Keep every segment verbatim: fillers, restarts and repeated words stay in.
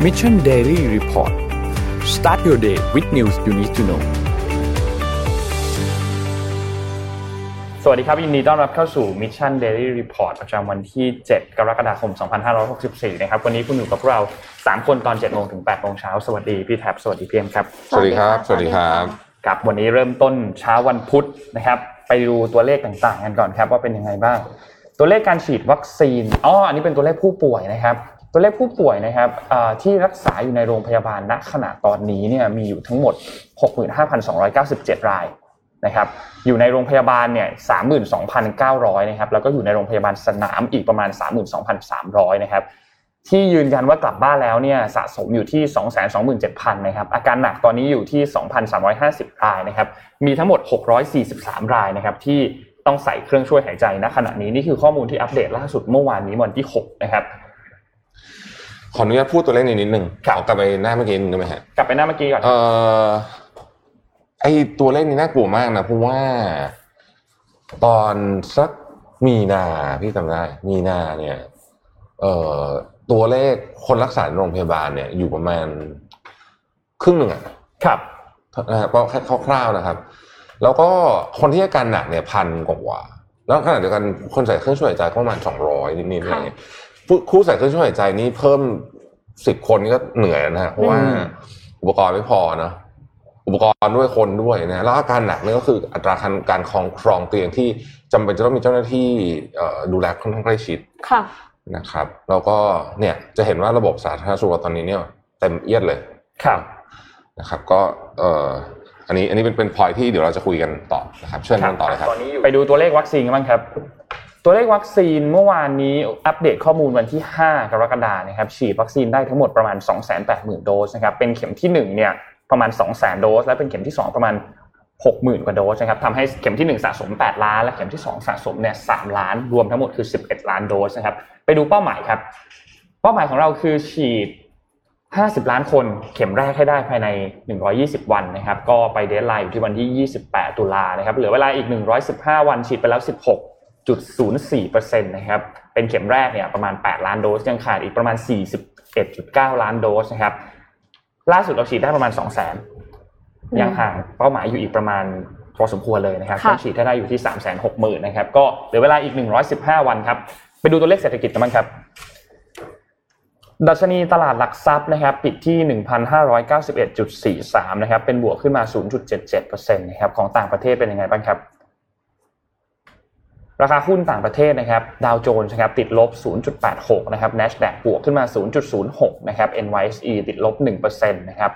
Mission Daily Report Start your day with news you need to know สวัสดีครับยินดีต้อนรับเข้าสู่ Mission Daily Report ประจำวันที่เจ็ดกรกฎาคมสองพันห้าร้อยหกสิบสี่นะครับวันนี้คุณอยู่กับเราสามคนตอน เจ็ดโมง ถึง แปดโมง เช้าสวัสดีพี่แท็บสวัสดีพี่เอ็มครับสวัสดีครับสวัสดีครับครับวันนี้เริ่มต้นเช้าวันพุธนะครับไปดูตัวเลขต่างๆกันก่อนครับว่าเป็นยังไงบ้างตัวเลขการฉีดวัคซีนอ๋ออันนี้เป็นตัวเลขผู้ป่วยนะครับตัวเลขผู้ป่วยนะครับที่รักษาอยู่ในโรงพยาบาลณขณะตอนนี้เนี่ยมีอยู่ทั้งหมด หกหมื่นห้าพันสองร้อยเก้าสิบเจ็ด รายนะครับอยู่ในโรงพยาบาลเนี่ย สามหมื่นสองพันเก้าร้อย นะครับแล้วก็อยู่ในโรงพยาบาลสนามอีกประมาณ สามหมื่นสองพันสามร้อย นะครับที่ยืนยันว่ากลับบ้านแล้วเนี่ยสะสมอยู่ที่ สองแสนสองหมื่นเจ็ดพัน นะครับอาการหนักตอนนี้อยู่ที่ สองพันสามร้อยห้าสิบ รายนะครับมีทั้งหมดหกร้อยสี่สิบสามรายนะครับที่ต้องใส่เครื่องช่วยหายใจณขณะนี้นี่คือข้อมูลที่อัปเดตล่าสุดเมื่อวานนี้วันที่หกนะครับขออนุญาตพูดตัวเลขนิดนึงขอกลับไปหน้าเมื่อกี้นึงได้ไหมฮะกลับไปหน้าเมื่อกี้ก่อนเอ่อไอตัวเลขนี้น่ากลัวมากนะเพราะว่าตอนสักมีนาพี่จำได้มีนาเนี่ยเอ่อตัวเลขคนรักษาในโรงพยาบาลเนี่ยอยู่ประมาณครึ่งหนึ่งอ่ะครับนะครับก็แค่คร่าวๆนะครับแล้วก็คนที่อาการหนักเนี่ยพันกว่าแล้วขณะเดียวกันคนใส่เครื่องช่วยหายใจก็ประมาณสองร้อยนิดๆอะไรเงี้ยคู่ใส่เครื่องช่วยหายใจนี่เพิ่มสิบคนนี่ก็เหนื่อยนะฮะเพราะว่าอุปกรณ์ไม่พอนะอุปกรณ์ด้วยคนด้วยนะแล้วอาการหนักนี่ก็คืออัตราการครองครองเตียงที่จำเป็นจะต้องมีเจ้าหน้าที่ดูแลค่อนข้างใกล้ชิดนะครับแล้วก็เนี่ยจะเห็นว่าระบบสาธารณสุขตอนนี้เนี่ยเต็มเอียดเลยนะครับก็เอ่ออันนี้อันนี้เป็นเป็นพอยที่เดี๋ยวเราจะคุยกันต่อนะครับเชิญกันต่อเลยครับไปดูตัวเลขวัคซีนกันบ้างครับตัวเลขวัคซีนเมื่อวานนี้อัปเดตข้อมูลวันที่ห้ากรกฎาคมนะครับฉีดวัคซีนได้ทั้งหมดประมาณ สองแสนแปดหมื่น โดสนะครับเป็นเข็มที่หนึ่งเนี่ยประมาณ สองแสน โดสและเป็นเข็มที่สองประมาณ หกหมื่น กว่าโดสนะครับทำให้เข็มที่หนึ่งสะสมแปดล้านและเข็มที่สองสะสมเนี่ยสามล้านรวมทั้งหมดคือสิบเอ็ดล้านโดสนะครับไปดูเป้าหมายครับเป้าหมายของเราคือฉีดห้าสิบล้านคนเข็มแรกให้ได้ภายในหนึ่งร้อยยี่สิบวันนะครับก็ไปเดดไลน์อยู่ที่วันที่ยี่สิบแปดตุลานะครับเหลือเวลาอีกหนึ่งร้อยสิบห้าวันฉีดไปแล้ว สิบหกจุดศูนย์สี่เปอร์เซ็นต์ นะครับเป็นเข็มแรกเนี่ยประมาณแปดล้านโดสยังขาดอีกประมาณ สี่สิบเอ็ดจุดเก้า ล้านโดสนะครับล่าสุดเราฉีดได้ประมาณ สองแสน ยังห่างเป้าหมายอยู่อีกประมาณพอสมควรเลยนะครับต้องฉีดให้ได้อยู่ที่ สามแสนหกหมื่น นะครับก็เหลือเวลาอีกหนึ่งร้อยสิบห้าวันครับไปดูตัวเลขเศรษฐกิจกันบ้างครับดัชนีตลาดหลักทรัพย์นะครับปิดที่ หนึ่งพันห้าร้อยเก้าสิบเอ็ดจุดสี่สาม นะครับเป็นบวกขึ้นมา ศูนย์จุดเจ็ดเจ็ดเปอร์เซ็นต์ นะครับของต่างประเทศเป็นยังไงบ้างครับราคาหุ้นต่างประเทศนะครับดาวโจนส์นะครับติดลบ ศูนย์จุดแปดหก นะครับ NASDAQ บวกขึ้นมา ศูนย์จุดศูนย์หก นะครับ เอ็น วาย เอส อี ติดลบ หนึ่งเปอร์เซ็นต์ นะครับ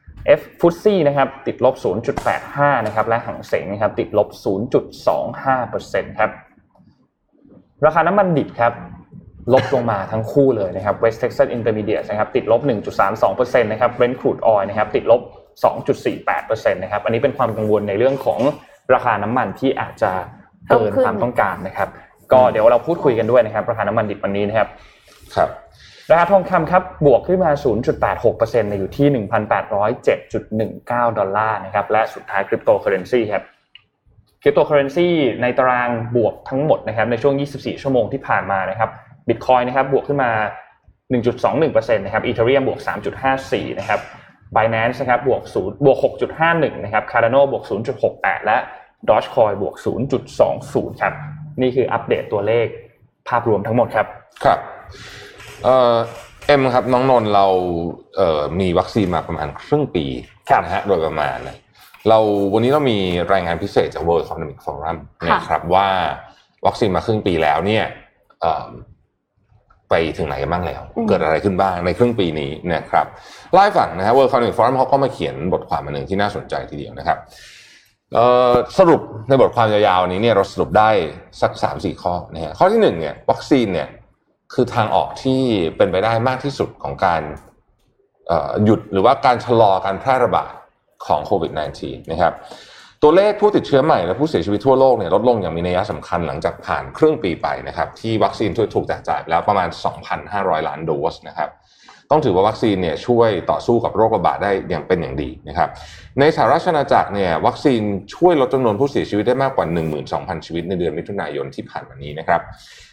F เอฟ ที เอส อี นะครับติดลบ ศูนย์จุดแปดห้า นะครับและหางเส็งนะครับติดลบ ศูนย์จุดสองห้าเปอร์เซ็นต์ ครับราคาน้ำมันดิบครับลบลงมาทั้งคู่เลยนะครับ West Texas Intermediate นะครับติดลบ หนึ่งจุดสามสองเปอร์เซ็นต์ นะครับ Brent Crude Oil นะครับติดลบ สองจุดสี่แปดเปอร์เซ็นต์ นะครับอันนี้เป็นความกังวลในเรื่องของราคาน้ำมันที่อาจจะเกินความต้องการนะครับก็เดี๋ยวเราพูดคุยกันด้วยนะครับราคาน้ำมันดิบวันนี้นะครับครับราคาทองคำครับบวกขึ้นมา ศูนย์จุดแปดหกเปอร์เซ็นต์ อยู่ที่ หนึ่งพันแปดร้อยเจ็ดจุดหนึ่งเก้า ดอลลาร์นะครับและสุดท้ายคริปโตเคอเรนซีครับคริปโตเคอเรนซีในตารางบวกทั้งหมดนะครับในช่วงยี่สิบสี่ชั่วโมงที่ผ่านมานะครับ Bitcoin นะครับบวกขึ้นมา หนึ่งจุดสองหนึ่งเปอร์เซ็นต์ นะครับ Ethereum บวก สามจุดห้าสี่ นะครับ Binance นะครับบวก0บวก หกจุดห้าหนึ่ง นะครับ Cardano บวก ศูนย์จุดหกแปด และ Dogecoin บวก ศูนย์จุดสองศูนย์ ครับนี่คืออัปเดตตัวเลขภาพรวมทั้งหมดครับครับเอ่อเอ็มครับน้องนนท์เราเอ่อมีวัคซีนมาประมาณครึ่งปีนะฮะโดยประมาณนะเราวันนี้เรามีรายงานพิเศษจาก World Economic Forum นะครับว่าวัคซีนมาครึ่งปีแล้วเนี่ยเอ่อไปถึงไหนกันบ้างแล้วเกิดอะไรขึ้นบ้างในครึ่งปีนี้นะครับเล่าให้ฟังนะฮะ World Economic Forum เขาก็มาเขียนบทความมาหนึ่งที่น่าสนใจทีเดียวนะครับเอ่อสรุปในบทความยาวๆนี้เนี่ยเราสรุปได้สัก สามสี่ ข้อนะฮะข้อที่หนึ่งเนี่ยวัคซีนเนี่ยคือทางออกที่เป็นไปได้มากที่สุดของการเอ่อหยุดหรือว่าการชะลอการแพร่ระบาดของโควิด สิบเก้า นะครับตัวเลขผู้ติดเชื้อใหม่และผู้เสียชีวิตทั่วโลกเนี่ยลดลงอย่างมีนัยสำคัญหลังจากผ่านครึ่งปีไปนะครับที่วัคซีนถูกแจกจ่ายแล้วประมาณ สองพันห้าร้อย ล้านโดสนะครับต้องถือว่าวัคซีนเนี่ยช่วยต่อสู้กับโรคระบาดได้อย่างเป็นอย่างดีนะครับในสหราชอาณาจักรเนี่ยวัคซีนช่วยลดจำนวนผู้เสียชีวิตได้มากกว่า หนึ่งหมื่นสองพัน ชีวิตในเดือนมิถุนายนที่ผ่านมานี้นะครับ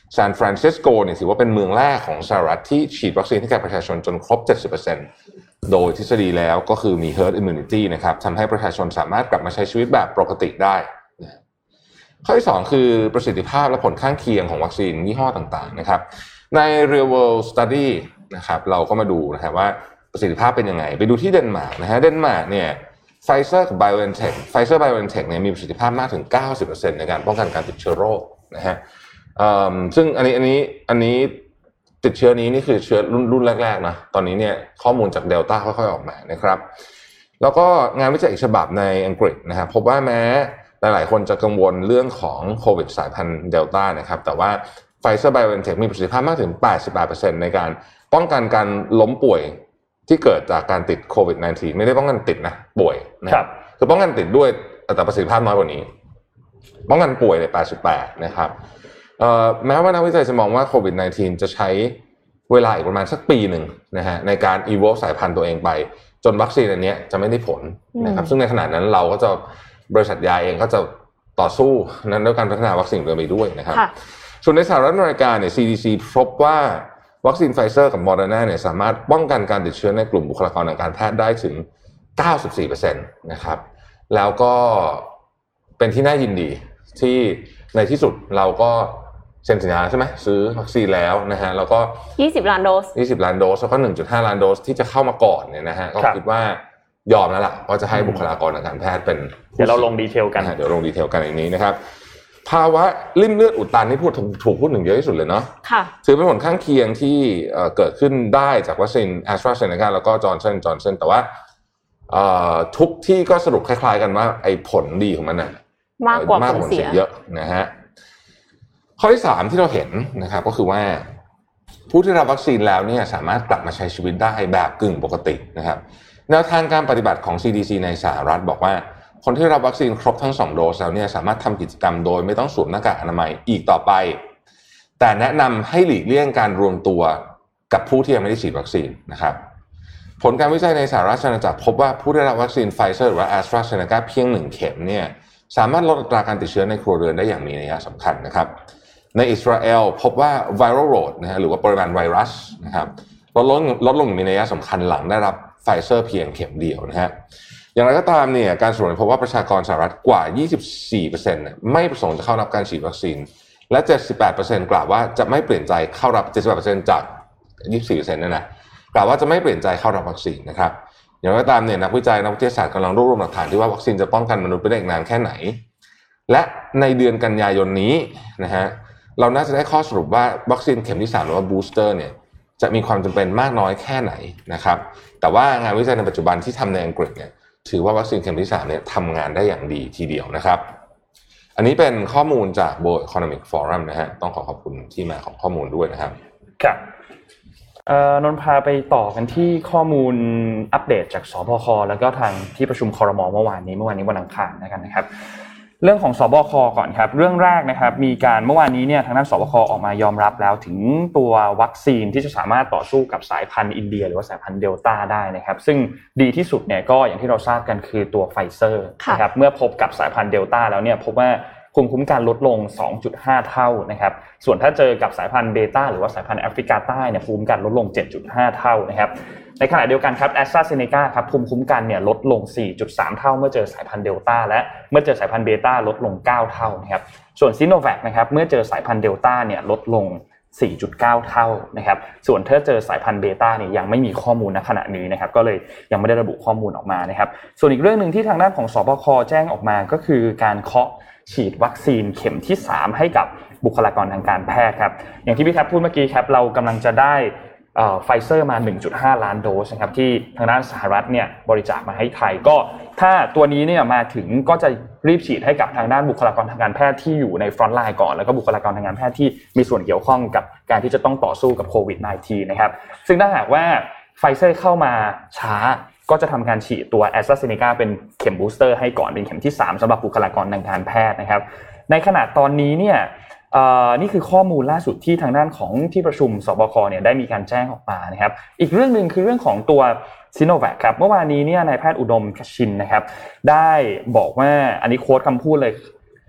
ซานฟรานซิสโกเนี่ยถือว่าเป็นเมืองแรกของสหรัฐที่ฉีดวัคซีนให้กับประชาชนจนครบ เจ็ดสิบเปอร์เซ็นต์ โดยทฤษฎีแล้วก็คือมี herd immunity นะครับทำให้ประชาชนสามารถกลับมาใช้ชีวิตแบบปกติได้ข้อที่สองคือประสิทธิภาพและผลข้างเคียงของวัคซีนยี่ห้อต่างๆนะครับใน real world study นะครับเราก็มาดูนะครับว่าประสิทธิภาพเป็นยังไงไปดูที่เดนมาร์กนะฮะเดนมาร์กเนี่ย Pfizer กับ BioNTech Pfizer BioNTech เนี่ยมีประสิทธิภาพมากถึง เก้าสิบเปอร์เซ็นต์ ในการป้องกันการติดเชื้อโรคนะฮะซึ่งอันนี้อันนี้อันนี้ติดเชื้อนี้นี่คือเชื้อรุ่นรุ่นแรกๆนะตอนนี้เนี่ยข้อมูลจากเดลต้าค่อยๆออกมานะครับแล้วก็งานวิจัยอีกฉบับในอังกฤษนะครับพบว่าแม้หลายๆคนจะกังวลเรื่องของโควิดสายพันธุ์เดลต้านะครับแต่ว่า Pfizer BioNTech มีประสิทธิภาพมากถึง แปดสิบแปดเปอร์เซ็นต์ ในการป้องกันการล้มป่วยที่เกิดจากการติดโควิด สิบเก้า ไม่ได้ป้องกันติดนะป่วยนะครับคือป้องกันติดด้วยแต่ประสิทธิภาพน้อยกว่านี้ป้องกันป่วยในแปดสิบแปดนะครับเอ่อแม้ว่านักวิจัยจะมองว่าโควิด สิบเก้า จะใช้เวลาอีกประมาณสักปีหนึ่งนะฮะในการ evolve สายพันธุ์ตัวเองไปจนวัคซีนอันนี้จะไม่ได้ผลนะครับซึ่งในขณะนั้นเราก็จะบริษัทยาเองก็จะต่อสู้นั้นด้วยการพัฒนาวัคซีนตัวไปด้วยนะครับส่วนในสหรัฐอเมริกาเนี่ย ซี ดี ซี พบว่าวัคซีนไฟเซอร์กับโมเดอร์นาเนี่ยสามารถป้องกันการติดเชื้อในกลุ่มบุคลากรทางการแพทย์ได้ถึง เก้าสิบสี่เปอร์เซ็นต์ นะครับแล้วก็เป็นที่น่ายินดีที่ในที่สุดเราก็เซ็นสัญญาใช่ไหมซื้อวัคซีนแล้วนะฮะแล้วก็ยี่สิบล้านโดสยี่สิบล้านโดสแล้วก็ หนึ่งจุดห้า ล้านโดสที่จะเข้ามาก่อนเนี่ยนะฮะก็คิดว่ายอมแล้วล่ะว่าจะให้บุคลากรทางการแพทย์เป็นเดี๋ยวเราลงดีเทลกันเดี๋ยวลงดีเทลกันอย่างนี้นะครับภาวะริ่มเลือดอุดตันที่พูดถูกพูดถึงเยอะที่สุดเลยเนาะค่ะถือเป็นผลข้างเคียงที่เกิดขึ้นได้จากวัคซีน AstraZeneca แล้วก็ Johnson Johnson แต่ว่าทุกที่ก็สรุปคล้ายๆกันว่าไอ้ผลดีของมันน่ะมากกว่าผลเสียเยอะนะฮะข้อที่สามที่เราเห็นนะครับก็คือว่าผู้ที่รับวัคซีนแล้วเนี่ยสามารถกลับมาใช้ชีวิตได้แบบกึ่งปกตินะครับแนวทางการปฏิบัติของ ซี ดี ซี ในสหรัฐบอกว่าคนที่รับวัคซีนครบทั้งสองโดสแล้วเนี่ยสามารถทำกิจกรรมโดยไม่ต้องสวมหน้ากากอนามัยอีกต่อไปแต่แนะนำให้หลีกเลี่ยงการรวมตัวกับผู้ที่ยังไม่ได้ฉีดวัคซีนนะครับผลการวิจัยในสหราชอาณาจักรพบว่าผู้ได้รับวัคซีนไฟเซอร์หรือว่า AstraZeneca เพียงหนึ่งเข็มเนี่ยสามารถลดอัตราการติดเชื้อในครัวเรือนได้อย่างมีนัยสำคัญนะครับในอิสราเอลพบว่า viral load นะฮะหรือว่าปริมาณไวรัสนะครับลดลงลดลงอย่างมีนัยสำคัญหลังได้รับไฟเซอร์เพียงเข็มเดียวนะฮะอย่างไรก็ตามเนี่ยการสำรวจพบว่าประชากรสหรัฐกว่า ยี่สิบสี่เปอร์เซ็นต์ เนี่ยไม่ประสงค์จะเข้ารับการฉีดวัคซีนและ เจ็ดสิบแปดเปอร์เซ็นต์ กล่าวว่าจะไม่เปลี่ยนใจเข้ารับ เจ็ดสิบแปดเปอร์เซ็นต์ จาก ยี่สิบสี่เปอร์เซ็นต์ นั่นนะกล่าวว่าจะไม่เปลี่ยนใจเข้ารับวัคซีนนะครับอย่างไรก็ตามเนี่ยนักวิจัยนักวิทยาศาสตร์กำลังรวบรวมหลักฐานที่ว่าวัคซีนจะป้องกันมนุษย์ไปได้อีกนานแค่ไหนและในเดือนกันยายนนี้นะฮะเราน่าจะได้ข้อสรุปว่าวัคซีนเข็มที่สามหรือว่าบูสเตอร์เนี่ยจะมีความจำเป็นมากน้อยแค่ไหนนะครับแต่ว่างานวิจัยในปัจจุบันที่ทำในอังกฤษเนี่ยถือว่าวัคซีนเข็มที่สามเนี่ยทำงานได้อย่างดีทีเดียวนะครับอันนี้เป็นข้อมูลจาก World Economic Forum นะฮะต้องขอขอบคุณที่มาของข้อมูลด้วยนะครับครับเอ่อนนท์พาไปต่อกันที่ข้อมูลอัปเดตจากสบคแล้วก็ทางที่ประชุมครม.เมื่อวานนี้เมื่อวานนี้วันอังคารนะครับนะครับเรื่องของสบคก่อนครับเรื่องแรกนะครับมีการเมื่อวานนี้เนี่ยทางด้านสบคออกมายอมรับแล้วถึงตัววัคซีนที่จะสามารถต่อสู้กับสายพันธุ์อินเดียหรือว่าสายพันธุ์เดลต้าได้นะครับซึ่งดีที่สุดเนี่ยก็อย่างที่เราทราบกันคือตัวไฟเซอร์นะครับเมื่อพบกับสายพันธุ์เดลต้าแล้วเนี่ยพบว่าภูมิคุ้มกันลดลง สองจุดห้า เท่านะครับส่วนถ้าเจอกับสายพันธุ์เบต้าหรือว่าสายพันธุ์แอฟริกาใต้เนี่ยภูมิคุ้มกันลดลง เจ็ดจุดห้า เท่านะครับในขณะเดียวกันครับ AstraZeneca ครับภูมิคุ้มกันเนี่ยลดลง สี่จุดสาม เท่าเมื่อเจอสายพันธุ์เดลต้าและเมื่อเจอสายพันธุ์เบต้าลดลงเก้าเท่านะครับส่วน Sinovac นะครับเมื่อเจอสายพันธุ์เดลต้าเนี่ยลดลง สี่จุดเก้า เท่านะครับส่วนถ้าเจอสายพันธุ์เบต้าเนี่ยยังไม่มีข้อมูลณขณะนี้นะครับก็เลยยังไม่ได้ระบุข้อมูลออกมานะครับส่วนอีกเรื่องนึงที่ทางด้านของสบคแจ้งออกมาก็คือการเคาะฉีดวัคซีนเข็มที่สามให้กับบุคลากรทางการแพทย์ครับอย่างที่พี่แทบพูดเมื่อกี้ครับเรากำลังจะได้เอ่อไฟเซอร์มา หนึ่งจุดห้า ล้านโดสนะครับที่ทางด้านสหรัฐเนี่ยบริจาคมาให้ไทยก็ถ้าตัวนี้เนี่ยมาถึงก็จะรีบฉีดให้กับทางด้านบุคลากรทางการแพทย์ที่อยู่ในฟรอนต์ไลน์ก่อนแล้วก็บุคลากรทางการแพทย์ที่มีส่วนเกี่ยวข้องกับการที่จะต้องต่อสู้กับโควิด สิบเก้า นะครับซึ่งถ้าหากว่าไฟเซอร์เข้ามาช้าก็จะทำการฉีดตัว AstraZeneca เป็นเข็มบูสเตอร์ให้ก่อนเป็นเข็มที่สามสำหรับบุคลากรทางการแพทย์นะครับในขณะตอนนี้เนี่ยเอ่อนี่คือข้อมูลล่าสุดที่ทางด้านของที่ประชุมสบคเนี่ยได้มีการแจ้งออกมานะครับอีกเรื่องนึงคือเรื่องของตัว Sinovac ครับเมื่อวานนี้เนี่ยนายแพทย์อุดมคชินนะครับได้บอกว่าอันนี้โค้ดคำพูดเลย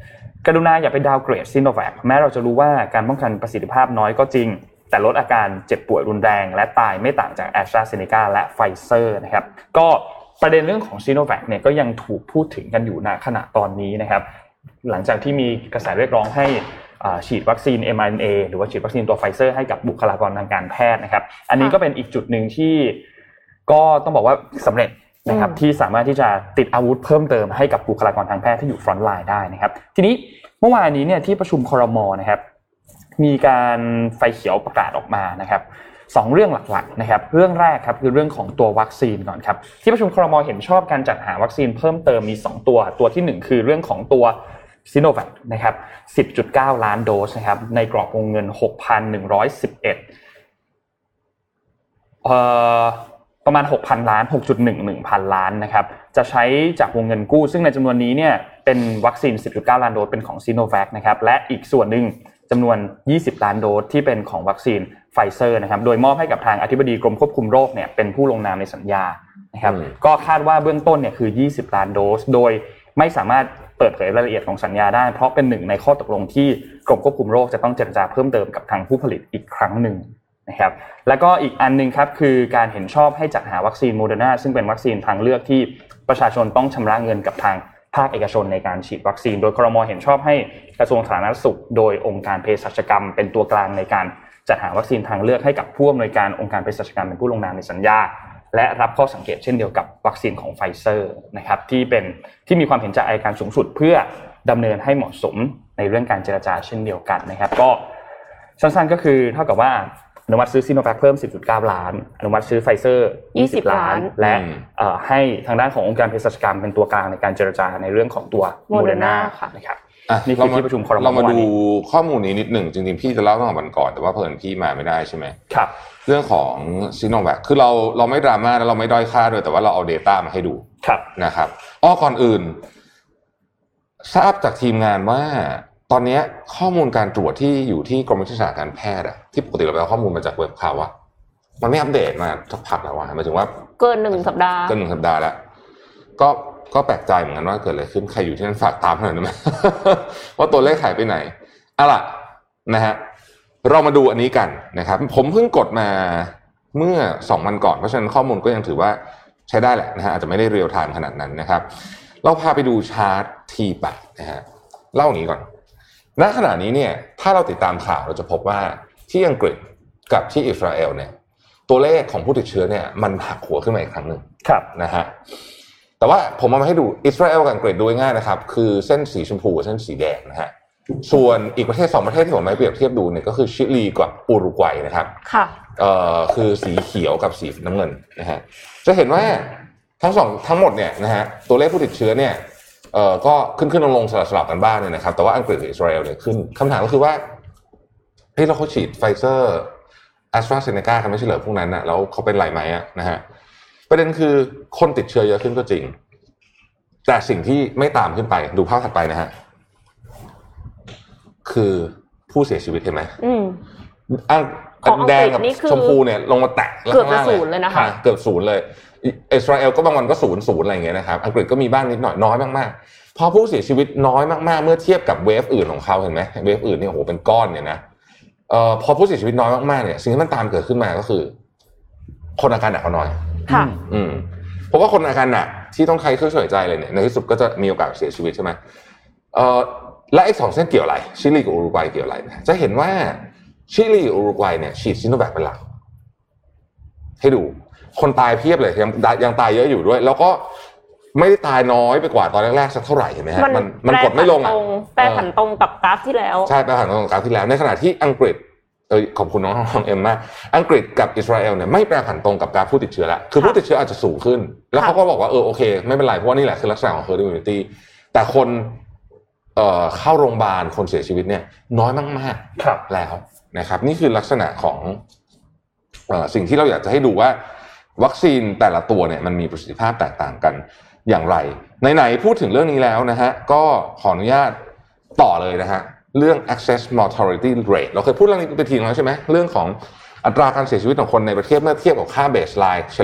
กรุณาอย่าไปดาวน์เกรดซิโนแวคแม้เราจะรู้ว่าการป้องกันประสิทธิภาพน้อยก็จริงแต่ลดอาการเจ็บป่วยรุนแรงและตายไม่ต่างจาก AstraZeneca และ Pfizer นะครับก็ประเด็นเรื่องของซิโนแวคเนี่ยก็ยังถูกพูดถึงกันอยู่ณขณะตอนนี้นะครับหลังจากที่มีกระแสเรียกร้องให้ฉีดวัคซีน เอ็ม อาร์ เอ็น เอ หรือว่าฉีดวัคซีนตัว Pfizer ให้กับบุคลากรทางการแพทย์นะครับอันนี้ก็เป็นอีกจุดนึงที่ก็ต้องบอกว่าสำเร็จนะครับที่สามารถที่จะติดอาวุธเพิ่มเติมให้กับบุคลากรทางแพทย์ที่อยู่ฟรอนต์ไลน์ได้นะครับทีนี้เมื่อวานนี้เนี่ยที่ประชุมครม.นะครับมีการไฟเขียวประกาศออกมานะครับสองเรื่องหลักๆนะครับเรื่องแรกครับคือเรื่องของตัววัคซีนก่อนครับที่ประชุมครม.เห็นชอบการจัดหาวัคซีนเพิ่มเติมมีสองตัวตัวที่หนึ่งคือเรื่องของตัวซิโนแวคนะครับ สิบจุดเก้า ล้านโดสนะครับในกรอบวงเงิน หกพันหนึ่งร้อยสิบเอ็ด เอ่อประมาณ หกพัน ล้าน หกจุดหนึ่งหนึ่ง พันล้านนะครับจะใช้จากวงเงินกู้ซึ่งในจำนวนนี้เนี่ยเป็นวัคซีน สิบจุดเก้า ล้านโดสเป็นของซิโนแวคนะครับและอีกส่วนนึงจำนวนยี่สิบล้านโดสที่เป็นของวัคซีนไฟเซอร์นะครับโดยมอบให้กับทางอธิบดีกรมควบคุมโรคเนี่ยเป็นผู้ลงนามในสัญญานะครับก็คาดว่าเบื้องต้นเนี่ยคือยี่สิบล้านโดสโดยไม่สามารถเปิดเผยรายละเอียดของสัญญาได้เพราะเป็นหนึ่งในข้อตกลงที่กรมควบคุมโรคจะต้องเจรจาเพิ่มเติมกับทางผู้ผลิตอีกครั้งนึงนะครับแล้วก็อีกอันนึงครับคือการเห็นชอบให้จัดหาวัคซีนโมเดอร์นาซึ่งเป็นวัคซีนทางเลือกที่ประชาชนต้องชำระเงินกับทางภาคเอกชนในการฉีดวัคซีนโดยครม.เห็นชอบให้กระทรวงสาธารณสุขโดยองค์การเภสัชกรรมเป็นตัวกลางในการจัดหาวัคซีนทางเลือกให้กับผู้อำนวยการองค์การเภสัชกรรมเป็นผู้ลงนามในสัญญาและรับข้อสังเกตเช่นเดียวกับวัคซีนของไฟเซอร์นะครับที่เป็นที่มีความเห็นจากอัยการสูงสุดเพื่อดำเนินให้เหมาะสมในเรื่องการเจรจาเช่นเดียวกันนะครับก็สั้นๆก็คือเท่ากับว่าอนุมัติซื้อซิโนแวคเพิ่ม สิบจุดเก้า ล้านอนุมัติซื้อไฟเซอร์ยี่สิบล้านและเอ่อให้ทางด้านขององค์การเภสัชกรรมเป็นตัวกลางในการเจรจาในเรื่องของตัวโมเดอร์นาค่ะนะครับนี่คือที่ประชุมครม. เรามาดูข้อมูลนี้นิดหนึ่งจริงๆพี่จะเล่าตั้งแต่วันก่อนแต่ว่าเพิ่นพี่มาไม่ได้ใช่ไหมครับเรื่องของซิโนแวคคือเราเราไม่ดราม่าและเราไม่ด้อยค่าด้วยแต่ว่าเราเอา data มาให้ดูนะครับอ้อก่อนอื่นทราบจากทีมงานว่าตอนนี้ข้อมูลการตรวจที่อยู่ที่กรมวิทยาศาสตร์การแพทย์อะที่ปกติเราไปเอาข้อมูลมาจากเว็บข่าวอะมันไม่อัปเดตมาสักพักแล้วอะหมายถึงว่าเกินหนึ่งสัปดาห์เกินหนึ่งสัปดาห์แล้วก็ก็แปลกใจเหมือนกันว่าเกิดอะไรขึ้นใครอยู่ที่นั่นฝากตามหน่อยได้ไหม ว่าตัวเลขหายไปไหนเอาล่ะนะฮะเรามาดูอันนี้กันนะครับผมเพิ่งกดมาเมื่อสองวันก่อนเพราะฉะนั้นข้อมูลก็ยังถือว่าใช้ได้แหละนะฮะอาจจะไม่ได้เรียลไทม์ขนาดนั้นนะครับเราพาไปดูชาร์ต ที แปด นะฮะเล่าอย่างนี้ก่อนณขณะนี้เนี่ยถ้าเราติดตามข่าวเราจะพบว่าที่อังกฤษกับที่อิสราเอลเนี่ยตัวเลขของผู้ติดเชื้อเนี่ยมันหักหัวขึ้นมาอีกครั้งหนึ่งนะฮะแต่ว่าผมเอามาให้ดูอิสราเอลกับอังกฤษดูง่ายๆนะครับคือเส้นสีชมพูกับเส้นสีแดงนะฮะส่วนอีกประเทศสองประเทศที่ผมมาเปรียบเทียบดูเนี่ยก็คือชิลีกับอุรุกวัยนะครับค่ะเอ่อคือสีเขียวกับสีน้ำเงินนะฮะจะเห็นว่าทั้งสองทั้งหมดเนี่ยนะฮะตัวเลขผู้ติดเชื้อเนี่ยเอ่อก็ขึ้นขึ้นลงลงสลับๆกันบ้างเนี่ยนะครับแต่ว่าอังกฤษกับอิสราเอลเนี่ยขึ้นคำถามก็คือว่าเฮ้ยเราเขาฉีดไฟเซอร์แอสตราเซเนกากันไม่ใช่เหรอพวกนั้นน่ะแล้วเขาเป็นไรไหมอ่ะนะฮะประเด็นคือคนติดเชื้อเยอะขึ้นก็จริงแต่สิ่งที่ไม่ตามขึ้นไปดูภาพถัดไปนะฮะคือผู้เสียชีวิตเห็นไหมอืมอังแดงกับชมพูเนี่ยลงมาแตะเกือบจะศูนย์เลยนะคะเกือบศูนย์เลยอิสราเอลก็บางวันก็ศูนย์ศูนย์อะไรอย่างเงี้ยนะครับอังกฤษก็มีบ้างนิดหน่อยน้อยมากๆพอผู้เสียชีวิตน้อยมากๆเมื่อเทียบกับเวฟอื่นของเขาเห็นไหมเวฟอื่นเนี่ยโอ้โหเป็นก้อนเนี่ยนะเอ่อพอผู้เสียชีวิตน้อยมากๆเนี่ยสิ่งที่มันตามเกิดขึ้นมาก็คือคนอาการหนักเขาน้อยค่ะอืมเพราะว่าคนอาการหนักที่ต้องใช้เครื่องช่วยหายใจเลยเนี่ยในที่สุดก็จะมีโอกาสเสียชีวิตใช่ไหมเอ่อและไอ้สองเส้นเกี่ยวอะไรชิลีกับอุรุกวัยเกี่ยวอะไรจะเห็นว่าชิลีกับอุรุกวัยเนี่ยฉีดซิโนแวคเป็นหลักให้ดูคนตายเพียบเลยยังยังตายเยอะอยู่ด้วยแล้วก็ไม่ได้ตายน้อยไปกว่าตอนแรกๆสักเท่าไหร่เห็นไหมฮะมันมันกดไม่ลงอ่ะแปรผันตรงกับกราฟที่แล้วใช่แปรผันตรงกับกราฟที่แล้วในขณะที่อังกฤษเออขอบคุณน้องน้องเอ็มมากอังกฤษกับอิสราเอลเนี่ยไม่แปรผันตรงกับกราฟผู้ติดเชื้อแล้วคือผู้ติดเชื้ออาจจะสูงขึ้นแล้วเขาก็บอกว่าเออโอเคไม่เป็นไรเพราะว่านี่แหละคือลักษณะของ herd immunity แต่คนเอ่อเข้าโรงพยาบาลคนเสียชีวิตเนี่ยน้อยมากๆแล้วนะครับนี่คือลักษณะของเอ่อสิ่งที่เราอยากจะให้ดูว่าวัคซีนแต่ละตัวเนี่ยมันมีประสิทธิภาพแตกต่างกันอย่างไรไหนๆพูดถึงเรื่องนี้แล้วนะฮะก็ขออนุญาตต่อเลยนะฮะเรื่อง access mortality rate เราเคยพูดเรื่องนี้ไปทีนึงแล้วใช่ไหมเรื่องของอัตราการเสียชีวิตของคนในประเทศเมื่อเทียบกับค่า baseline เฉลี่ย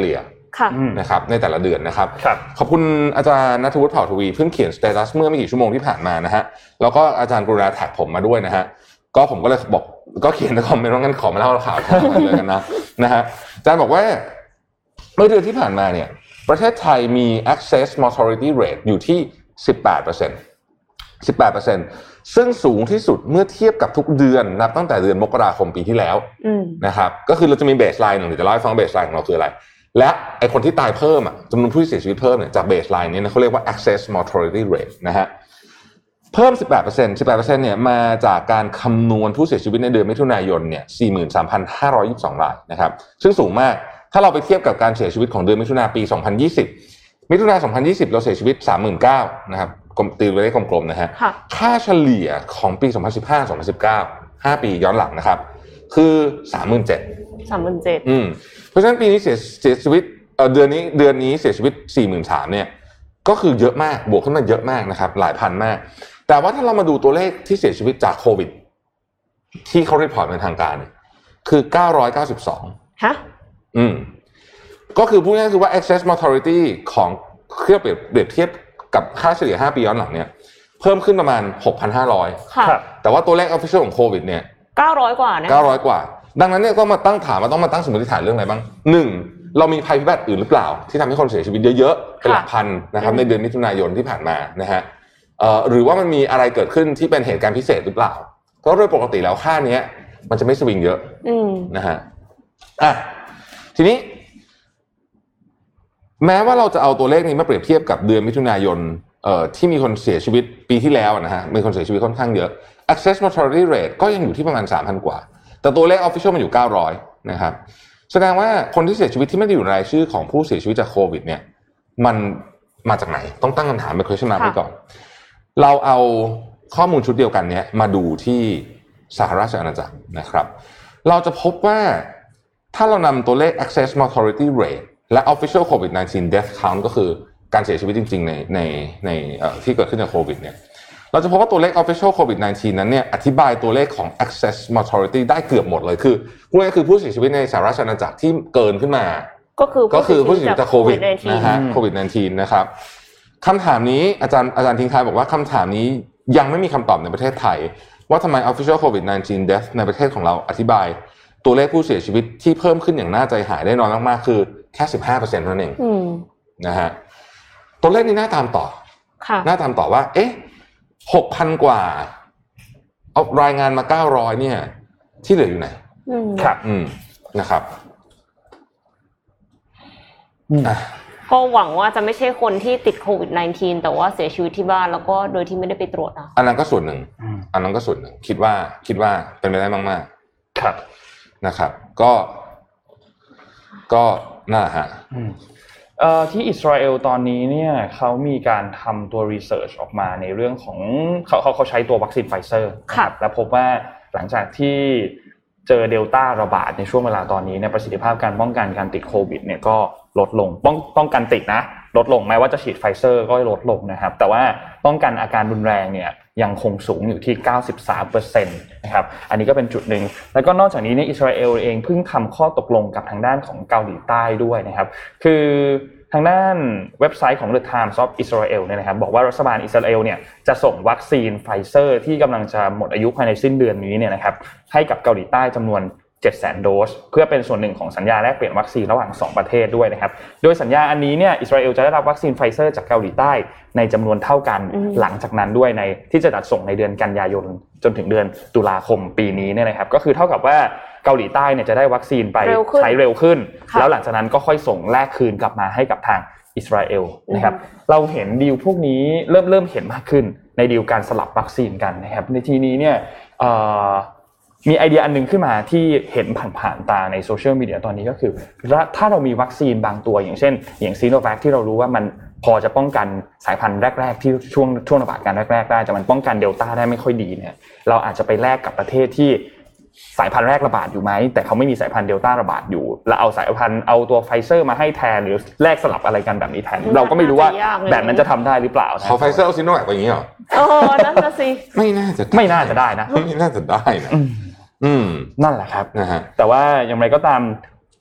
ค่ะนะครับในแต่ละเดือนนะครับครับขอบคุณอาจารย์ณัฐวุฒิเผ่าทวีเพิ่งเขียนสเตตัสเมื่อไม่กี่ชั่วโมงที่ผ่านมานะฮะแล้วก็อาจารย์กรุณาแท็กผมมาด้วยนะฮะก็ผมก็เลยบอกก็เขียนในคอมเมนต์ว่างั้นขอมาเล่าข่าวข่าวเลยกันนะนะฮะอาจารย์บอกว่าเมื่อเดือนที่ผ่านมาเนี่ยประเทศไทยมี access mortality rate อยู่ที่ สิบแปดเปอร์เซ็นต์ สิบแปดเปอร์เซ็นต์ ซึ่งสูงที่สุดเมื่อเทียบกับทุกเดือนนับตั้งแต่เดือนมกราคมปีที่แล้วนะครับก็คือเราจะมีเบสไลน์หนึ่งเดี๋ยวจะเล่าให้ฟังเบสไลน์ของเราคืออะไรและไอคนที่ตายเพิ่มอ่ะจำนวนผู้ที่เสียชีวิตเพิ่มเนี่ยจากเบสไลน์นี้นะเขาเรียกว่า access mortality rate นะฮะเพิ่ม สิบแปดเปอร์เซ็นต์ สิบแปดเปอร์เซ็นต์ เนี่ยมาจากการคำนวณผู้เสียชีวิตในเดือนมิถุนายนเนี่ย สี่หมื่นสามพันห้าร้อยยี่สิบสอง รายนะครับซึ่งสูงมากถ้าเราไปเทียบกับการเสียชีวิตของเดือนมิถุนายนปีสองพันยี่สิบมิถุนายนสองพันยี่สิบเราเสียชีวิต สามหมื่นเก้าพัน นะครับกลมตีไว้ได้กลมๆนะฮะค่าเฉลี่ยของปีสองพันสิบห้า สองพันสิบเก้า ห้าปีย้อนหลังนะครับคือ สามหมื่นเจ็ดพันสามหมื่นเจ็ดพันอืมเพราะฉะนั้นปีนี้เสียเสียชีวิตเอ่อเดือนนี้เดือนนี้เสียชีวิต สี่หมื่นสามพัน เนี่ยก็คือเยอะมากบวกขึ้นมาเยอะมากนะครับหลายพันมากแต่ว่าถ้าเรามาดูตัวเลขที่เสียชีวิตจากโควิดที่เขารีพอร์ตเป็นทางการเนี่ยคือเก้าร้อยเก้าสิบสองฮะอืมก็คือพูดง่ายๆคือว่า excess mortality ของเครื่องเปรียบเปรียบเทียบกับค่าเฉลี่ยห้าปีย้อนหลังเนี่ยเพิ่มขึ้นประมาณ หกพันห้าร้อยค่ะแต่ว่าตัวเลข official ของโควิดเนี่ยเก้าร้อยกว่านะเก้าร้อยกว่าดังนั้นเนี่ยก็มาตั้งถามมาต้องมาตั้งสมมติฐานเรื่องอะไรบ้างหนึ่งเรามีภัยพิบัติอื่นหรือเปล่าที่ทำให้คนเสียชีวิตเยอะๆเป็นหลักพันนะครับในเดือนมิถุนายนที่ผ่านมานะฮะเอ่อหรือว่ามันมีอะไรเกิดขึ้นที่เป็นเหตุการณ์พิเศษหรือเปล่าเพราะโดยปกติแล้วค่านี้มันจะไม่สวิงเยอะนะฮะอ่ะทีนี้แม้ว่าเราจะเอาตัวเลขนี้มาเปรียบเทียบกับเดือนมิถุนายนเอ่อที่มีคนเสียชีวิตปีที่แล้วนะฮะมีคนเสียชีวิตค่อนข้างเยอะ access mortality rate ก็ยังอยู่ที่ประมาณ สามพัน กว่าแต่ตัวเลข official มันอยู่เก้าร้อยนะครับแสดงว่าคนที่เสียชีวิตที่ไม่ได้อยู่ในรายชื่อของผู้เสียชีวิตจากโควิดเนี่ยมันมาจากไหนต้องตั้งคำถามเป็น question mark ไว้ก่อนเราเอาข้อมูลชุดเดียวกันเนี้ยมาดูที่สหราชอาณาจักรนะครับเราจะพบว่าถ้าเรานำตัวเลข access mortality rate และ official โควิด สิบเก้า death count ก็คือการเสียชีวิตจริงๆในในในเอ่อที่เกิดขึ้นจากโควิดเนี่ยเราจะพบว่าตัวเลข official โควิด สิบเก้า นั้นเนี่ยอธิบายตัวเลขของ access mortality ได้เกือบหมดเลยคือพูดง่ายๆคือผู้เสียชีวิตในสหราชอาณาจักรที่เกินขึ้นมาก็คือก็คือผู้เสียชีวิตจากโควิดนะฮะโควิด สิบเก้า นะครับคำถามนี้อาจารย์อาจารย์ทิ้งท้ายบอกว่าคำถามนี้ยังไม่มีคำตอบในประเทศไทยว่าทำไม official โควิด สิบเก้า death ในประเทศของเราอธิบายตัวเลขผู้เสียชีวิตที่เพิ่มขึ้นอย่างน่าใจหายได้น้อยมากๆคือแค่ สิบห้าเปอร์เซ็นต์ เท่านั้นเองนะฮะตัวเลขนี้น่าตามต่อน่าตามต่อว่าเอ๊ะ หกพัน กว่าเอารายงานมาเก้าร้อยเนี่ยที่เหลืออยู่ไหนครับอืมนะครับอ่ะก็หวังว่าจะไม่ใช่คนที่ติดโควิด สิบเก้า แต่ว่าเสียชีวิตที่บ้านแล้วก็โดยที่ไม่ได้ไปตรวจอ่ะอันนั้นก็ส่วนหนึ่งอันนั้นก็ส่วนหนึ่งคิดว่าคิดว่าเป็นไปได้มากๆครับนะครับก็ก็น่าฮะเอ่อที่อิสราเอลตอนนี้เนี่ยเขามีการทำตัวรีเสิร์ชออกมาในเรื่องของเขาเขาเขาใช้ตัววัคซีนไฟเซอร์ครับและพบว่าหลังจากที่เจอเดลต้าระบาดในช่วงเวลาตอนนี้เนี่ยประสิทธิภาพการป้องกันการติดโควิดเนี่ยก็ลดลงป้องป้องกันติดนะลดลงแม้ว่าจะฉีดไฟเซอร์ก็ลดลงนะครับแต่ว่าป้องกันอาการรุนแรงเนี่ยยังคงสูงอยู่ที่ เก้าสิบสามเปอร์เซ็นต์ นะครับอันนี้ก็เป็นจุดหนึ่งแล้วก็นอกจากนี้เนี่ยอิสราเอลเองเพิ่งทำข้อตกลงกับทางด้านของเกาหลีใต้ด้วยนะครับคือทางด้านเว็บไซต์ของ The Times of Israel เนี่ยนะครับบอกว่ารัฐบาลอิสราเอลเนี่ยจะส่งวัคซีนไฟเซอร์ที่กำลังจะหมดอายุภายในสิ้นเดือนนี้เนี่ยนะครับให้กับเกาหลีใต้จำนวน เจ็ดแสน โดสเพื่อเป็นส่วนหนึ่งของสัญญาแลกเปลี่ยนวัคซีนระหว่างสองประเทศด้วยนะครับโดยสัญญาอันนี้เนี่ยอิสราเอลจะได้รับวัคซีนไฟเซอร์จากเกาหลีใต้ในจำนวนเท่ากันหลังจากนั้นด้วยในที่จะจัดส่งในเดือนกันยายนจนถึงเดือนตุลาคมปีนี้เนี่ยนะครับก็คือเท่ากับว่าเกาหลีใต้เนี่ยจะได้วัคซีนไปใช้เร็วขึ้นแล้วหลังจากนั้นก็ค่อยส่งแลกคืนกลับมาให้กับทางอิสราเอลนะครับเราเห็นดีลพวกนี้เริ่มเริ่มเห็นมากขึ้นในดีลการสลับวัคซีนกันนะครับในทีนี้เนี่ยมีไอเดียอันนึงขึ้นมาที่เห็นผ่านๆตาในโซเชียลมีเดียตอนนี้ก็คือถ้าเรามีวัคซีนบางตัวอย่างเช่นอย่างซีโนแวคที่เรารู้ว่ามันพอจะป้องกันสายพันธุ์แรกๆที่ช่วงช่วงระบาดการแรกๆได้แต่มันป้องกันเดลต้าได้ไม่ค่อยดีเนี่ยเราอาจจะไปแลกกับประเทศที่สายพันธุ์แรกระบาดอยู่ไหมแต่เขาไม่มีสายพันธุ์เดลต้าระบาดอยู่แล้วเอาสายพันธุ์เอาตัวไฟเซอร์มาให้แทนหรือแลกสลับอะไรกันแบบนี้แทนเราก็ไม่รู้ว่าแบบนั้นจะทำได้หรือเปล่าขอไฟเซอร์เอาซิโนแวคไปอย่างนี้เหรอโอ้นั่นน่ะสิไม่น่าจะไม่น่าจะได้นะไม่น่าจะได้นะอืมนั่นแหละครับนะฮะแต่ว่าอย่างไรก็ตาม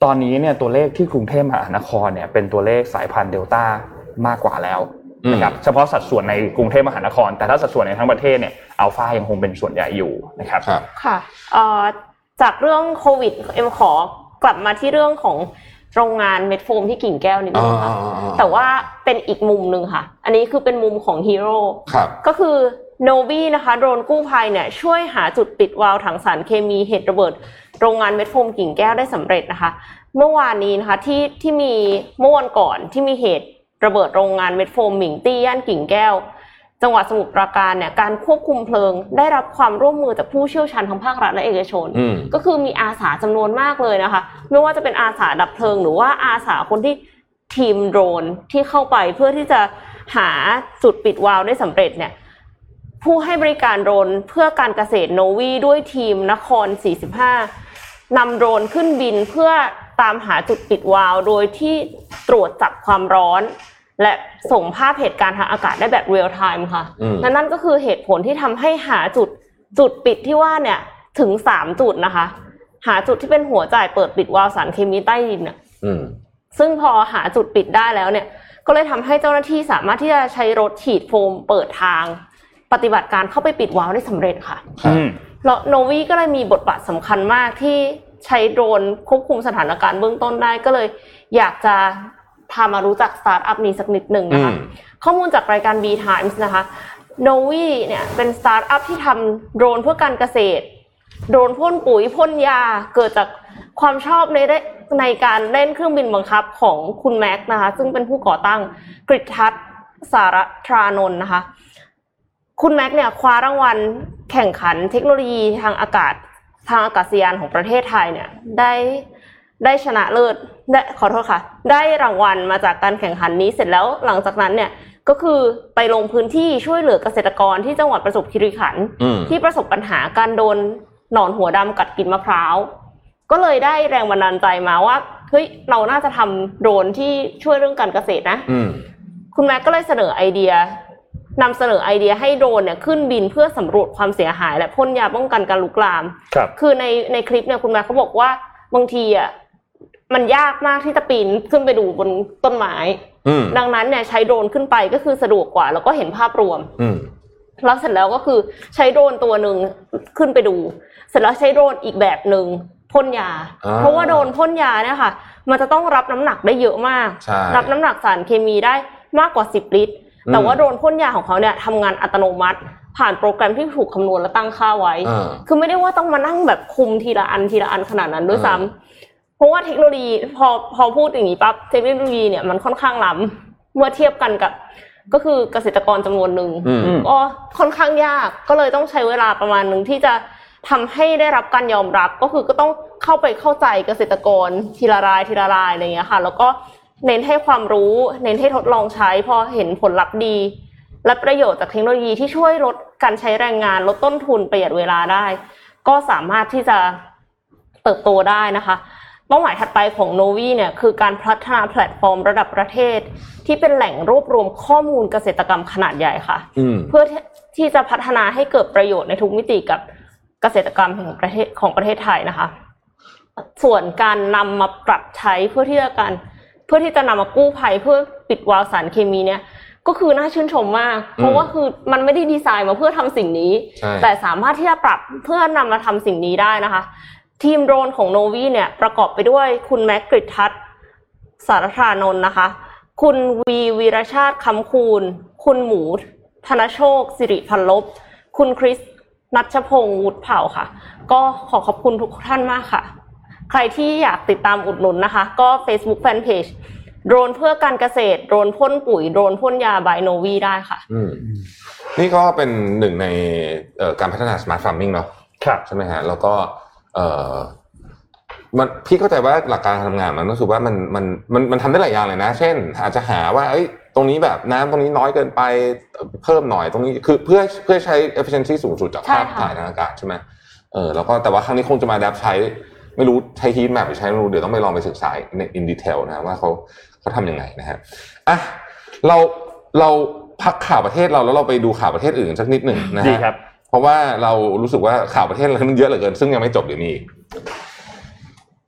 ตอนนี้เนี่ยตัวเลขที่กรุงเทพมหานครเนี่ยเป็นตัวเลขสายพันธุ์เดลต้ามากกว่าแล้วนะครับเฉพาะสัดส่วนในกรุงเทพมหานครแต่ถ้าสัดส่วนในทั้งประเทศเนี่ยอัลฟายังคงเป็นส่วนใหญ่อยู่นะครับค่ะเอ่อจากเรื่องโควิดเอ็มขอกลับมาที่เรื่องของโรงงานเม็ดโฟมที่กิ่งแก้วนิดนึงค่ะแต่ว่าเป็นอีกมุมนึงค่ะอันนี้คือเป็นมุมของฮีโร่ก็คือโนวีนะคะโดรนกู้ภัยเนี่ยช่วยหาจุดปิดวาล์วถังสารเคมีเหตุระเบิดโรงงานเม็ดโฟมกิ่งแก้วได้สำเร็จนะคะเมื่อวานนี้นะคะที่ที่มีเมื่อวันก่อนที่มีเหตุระเบิดโรงงานเม็ดโฟมหมิงตี้ย่านกิ่งแก้วจังหวัดสมุทรปราการเนี่ยการควบคุมเพลิงได้รับความร่วมมือจากผู้เชี่ยวชาญทั้งภาครัฐและเอกชนก็คือมีอาสาจำนวนมากเลยนะคะไม่ว่าจะเป็นอาสาดับเพลิงหรือว่าอาสาคนที่ทีมโดรนที่เข้าไปเพื่อที่จะหาจุดปิดวาล์วได้สำเร็จเนี่ยผู้ให้บริการโดรนเพื่อการเกษตรโนวีด้วยทีมนครสี่สิบห้านำโดรนขึ้นบินเพื่อตามหาจุดปิดวาล์วโดยที่ตรวจจับความร้อนและส่งภาพเหตุการณ์ทางอากาศได้แบบเรียลไทม์ค่ะและนั่นก็คือเหตุผลที่ทำให้หาจุดจุดปิดที่ว่าเนี่ยถึงสามจุดนะคะหาจุดที่เป็นหัวจ่ายเปิดปิดวาล์วสารเคมีใต้ดินน่ะซึ่งพอหาจุดปิดได้แล้วเนี่ยก็เลยทำให้เจ้าหน้าที่สามารถที่จะใช้รถฉีดโฟมเปิดทางปฏิบัติการเข้าไปปิดวาล์วได้สำเร็จค่ะแล้วโนวีก็เลยมีบทบาทสำคัญมากที่ใช้โดรนควบคุมสถานการณ์เบื้องต้นได้ก็เลยอยากจะพามารู้จักสตาร์ทอัพนี้สักนิดหนึ่งนะคะข้อมูลจากรายการ B Times นะคะโนวีเนี่ยเป็นสตาร์ทอัพที่ทำโดรนเพื่อการเกษตรโดรนพ่นปุ๋ยพ่นยาเกิดจากความชอบในในการเล่นเครื่องบินบังคับของคุณแม็กนะคะซึ่งเป็นผู้ก่อตั้งกฤษทัศน์สารทรานนท์นะคะคุณแม็กเนี่ยคว้ารางวัลแข่งขันเทคโนโลยีทางอากาศทางอากาศยานของประเทศไทยเนี่ยได้ได้ชนะเลิศได้ขอโทษค่ะได้รางวัลมาจากการแข่งขันนี้เสร็จแล้วหลังจากนั้นเนี่ยก็คือไปลงพื้นที่ช่วยเหลือเกษตรกรที่จังหวัดประจวบคีรีขันธ์ที่ประสบปัญหาการโดนหนอนหัวดำกัดกินมะพร้าวก็เลยได้แรงบันดาลใจมาว่าเฮ้ยเราน่าจะทำโดรนที่ช่วยเรื่องการเกษตรนะคุณแม็กก็เลยเสนอไอเดียนำเสนอไอเดียให้โดรนเนี่ยขึ้นบินเพื่อสำรวจความเสียหายและพ่นยาป้องกันการลุกลามคือในในคลิปเนี่ยคุณแม็กเขาบอกว่าบางทีอ่ะมันยากมากที่จะปีนขึ้นไปดูบนต้นไม้ดังนั้นเนี่ยใช้โดรนขึ้นไปก็คือสะดวกกว่าแล้วก็เห็นภาพรวมแล้วเสร็จแล้วก็คือใช้โดรนตัวนึงขึ้นไปดูเสร็จแล้วใช้โดรนอีกแบบนึงพ่นยาเพราะว่าโดรนพ่นยาเนี่ยค่ะมันจะต้องรับน้ำหนักได้เยอะมากรับน้ำหนักสารเคมีได้มากกว่าสิบลิตรแต่ว่าโดรนพ่นยาของเขาเนี่ยทำงานอัตโนมัติผ่านโปรแกรมที่ถูกคำนวณและตั้งค่าไว้คือไม่ได้ว่าต้องมานั่งแบบคุมทีละอันทีละอันขนาดนั้นด้วยซ้ำเพราะว่าเทคโนโลยีพอพอพูดอย่างนี้ปั๊บเทคโนโลยีเนี่ยมันค่อนข้างล้ำเมื่อเทียบกันกับก็คือเกษตรกรจำนวนหนึ่งก็ค่อนข้างยากก็เลยต้องใช้เวลาประมาณนึงที่จะทำให้ได้รับการยอมรับก็คือก็ต้องเข้าไปเข้าใจเกษตรกรทีละรายทีละรายอะไรอย่างเงี้ยค่ะแล้วก็เน้นให้ความรู้เน้นให้ทดลองใช้พอเห็นผลลัพธ์ดีและประโยชน์จากเทคโนโลยีที่ช่วยลดการใช้แรงงานลดต้นทุนประหยัดเวลาได้ก็สามารถที่จะเติบโตได้นะคะเป้าหมายถัดไปของ Novi เนี่ยคือการพัฒนาแพลตฟอร์มระดับประเทศที่เป็นแหล่งรวบรวมข้อมูลเกษตรกรรมขนาดใหญ่ค่ะเพื่อที่จะพัฒนาให้เกิดประโยชน์ในทุกมิติกับเกษตรกรรมของประเทศของประเทศไทยนะคะส่วนการนำมาปรับใช้เพื่อที่จะการเพื่อที่จะนำมากู้ภัยเพื่อปิดวาล์วสารเคมีเนี่ยก็คือน่าชื่นชมมากเพราะว่าคือมันไม่ได้ดีไซน์มาเพื่อทำสิ่งนี้แต่สามารถที่จะปรับเพื่อนำมาทำสิ่งนี้ได้นะคะทีมโดรนของ Novi เนี่ยประกอบไปด้วยคุณแม็กกฤษทัศน์สารทรานนท์นะคะคุณวีวีรชาติคำคูณคุณหมูธนโชคสิริพันลบคุณคริสนัชพงษ์วุฒิเผ่าค่ะก็ขอขอบคุณทุกท่านมากค่ะใครที่อยากติดตามอุดหนุนนะคะก็ Facebook Fanpage โดรนเพื่อการเกษตรโดรนพ่นปุ๋ยโดรนพ่นยา by Novi ได้ค่ะอืมนี่ก็เป็นหนึ่งในเอ่อการพัฒนา Smart Farming เนาะครับใช่ไหมฮะแล้วก็เอ่อมันพี่เข้าใจว่าหลักการทำงานมันก็คือว่ามันมันมันมันทำได้หลายอย่างเลยนะเช่นอาจจะหาว่าเอ้ยตรงนี้แบบน้ำตรงนี้น้อยเกินไปเพิ่มหน่อยตรงนี้คือเพื่อเพื่อใช้ efficiency สูงสุดจากภาพถ่ายทางอากาศใช่ไหมเออแล้วก็แต่ว่าครั้งนี้คงจะมาดับใช้ไม่รู้ใช้ heat map หรือใช้ไม่รู้เดี๋ยวต้องไปลองไปศึกษาใน in detail นะว่าเขาเขาทำยังไงนะฮะอ่ะเราเราพักข่าวประเทศเราแล้วเราไปดูข่าวประเทศอื่นสักนิดหนึ่งนะฮะดีครับเพราะว่าเรารู้สึกว่าข่าวประเทศเรามันเยอะเหลือเกินซึ่งยังไม่จบเดี๋ยวนี้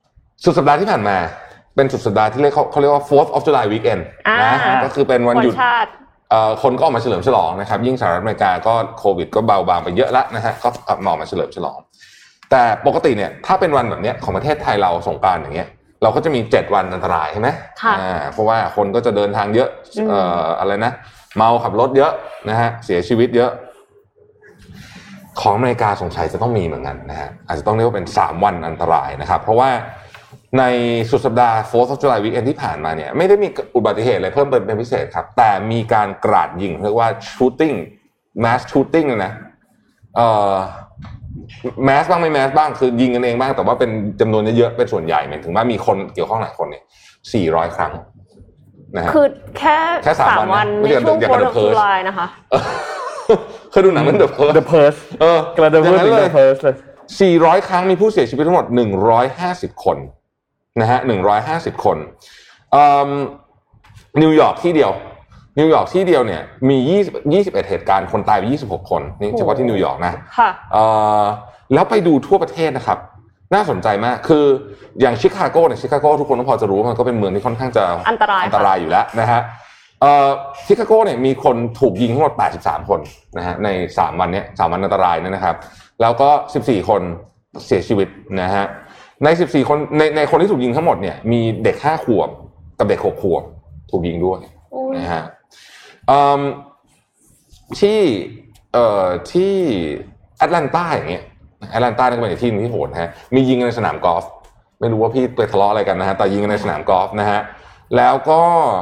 สุดสัปดาห์ที่ผ่านมาเป็นสุดสัปดาห์ที่เรียกเขาเขาเรียกว่า fourth of July weekend นะก็คือเป็นวันหยุดคนก็ออกมาเฉลิมฉลองนะครับยิ่งสหรัฐอเมริกาก็โควิดก็เบาบางไปเยอะแล้วนะฮะก็ออกมาเฉลิมฉลองแต่ปกติเนี่ยถ้าเป็นวันแบบนี้ของประเทศไทยเราสงกรานต์อย่างเงี้ยเราก็จะมีเจ็ดวันอันตรายใช่ไหมอ่าเพราะว่าคนก็จะเดินทางเยอะเอ่ออะไรนะเมาขับรถเยอะนะฮะเสียชีวิตเยอะของอเมริกาสงสัยจะต้องมีเหมือนกันนะฮะอาจจะต้องเรียกว่าเป็นสามวันอันตรายนะครับเพราะว่าในสุดสัปดาห์ fourth of July weekend ที่ผ่านมาเนี่ยไม่ได้มีอุบัติเหตุอะไรเพิ่มเติมเป็นพิเศษครับแต่มีการกราดยิงเรียกว่า shooting mass shooting เลยนะเอ่อแมสบ้างไม่แมสบ้างคือยิงกันเองบ้างแต่ว่าเป็นจำนวนเยอะๆเป็นส่วนใหญ่หมายถึงว่ามีคนเกี่ยวข้องหลายคนเนี่ยสี่ร้อยครั้งนะฮะคือแค่แค่สามวันในช่วง fourth of July นะคะเคยดูหนังเรื่อง The Purge The Purge เออกระโดดพูดถึง The Purge เลยสี่ร้อยครั้งมีผู้เสียชีวิตทั้งหมดหนึ่งร้อยห้าสิบคนนะฮะหนึ่งร้อยห้าสิบคนเอ่อนิวยอร์กที่เดียวนิวยอร์กที่เดียวเนี่ยมียี่สิบ ยี่สิบเอ็ดเหตุการณ์คนตายไปยี่สิบหกคนนี่เฉพาะที่นิวยอร์กนะค่ะเอ่อแล้วไปดูทั่วประเทศนะครับน่าสนใจมากคืออย่างชิคาโกเนี่ยชิคาโกทุกคนก็พอจะรู้มันก็เป็นเมืองที่ค่อนข้างจะอันตรายอันตรายอยู่แล้วนะฮะเอ่อชิคาโกเนี่ยมีคนถูกยิงทั้งหมดแปดสิบสามคนนะฮะในสามวันเนี้ยสามวันอันตรายเนี่ยนะครับแล้วก็สิบสี่คนเสียชีวิตนะฮะในสิบสี่คนในในคนที่ถูกยิงทั้งหมดเนี่ยมีเด็กห้าขวบกับเด็กหกขวบถูกยิงด้วยนะฮะเอ่อที่เอ่อที่แอตแลนตาอย่างเงี้ยแอตแลนตานี่ก็เป็นที่นึงที่โหดนะฮะมียิงในสนามกอล์ฟไม่รู้ว่าพี่ไปทะเลาะอะไรกันนะฮะแต่ยิงในสนามกอล์ฟนะฮะแล้วก็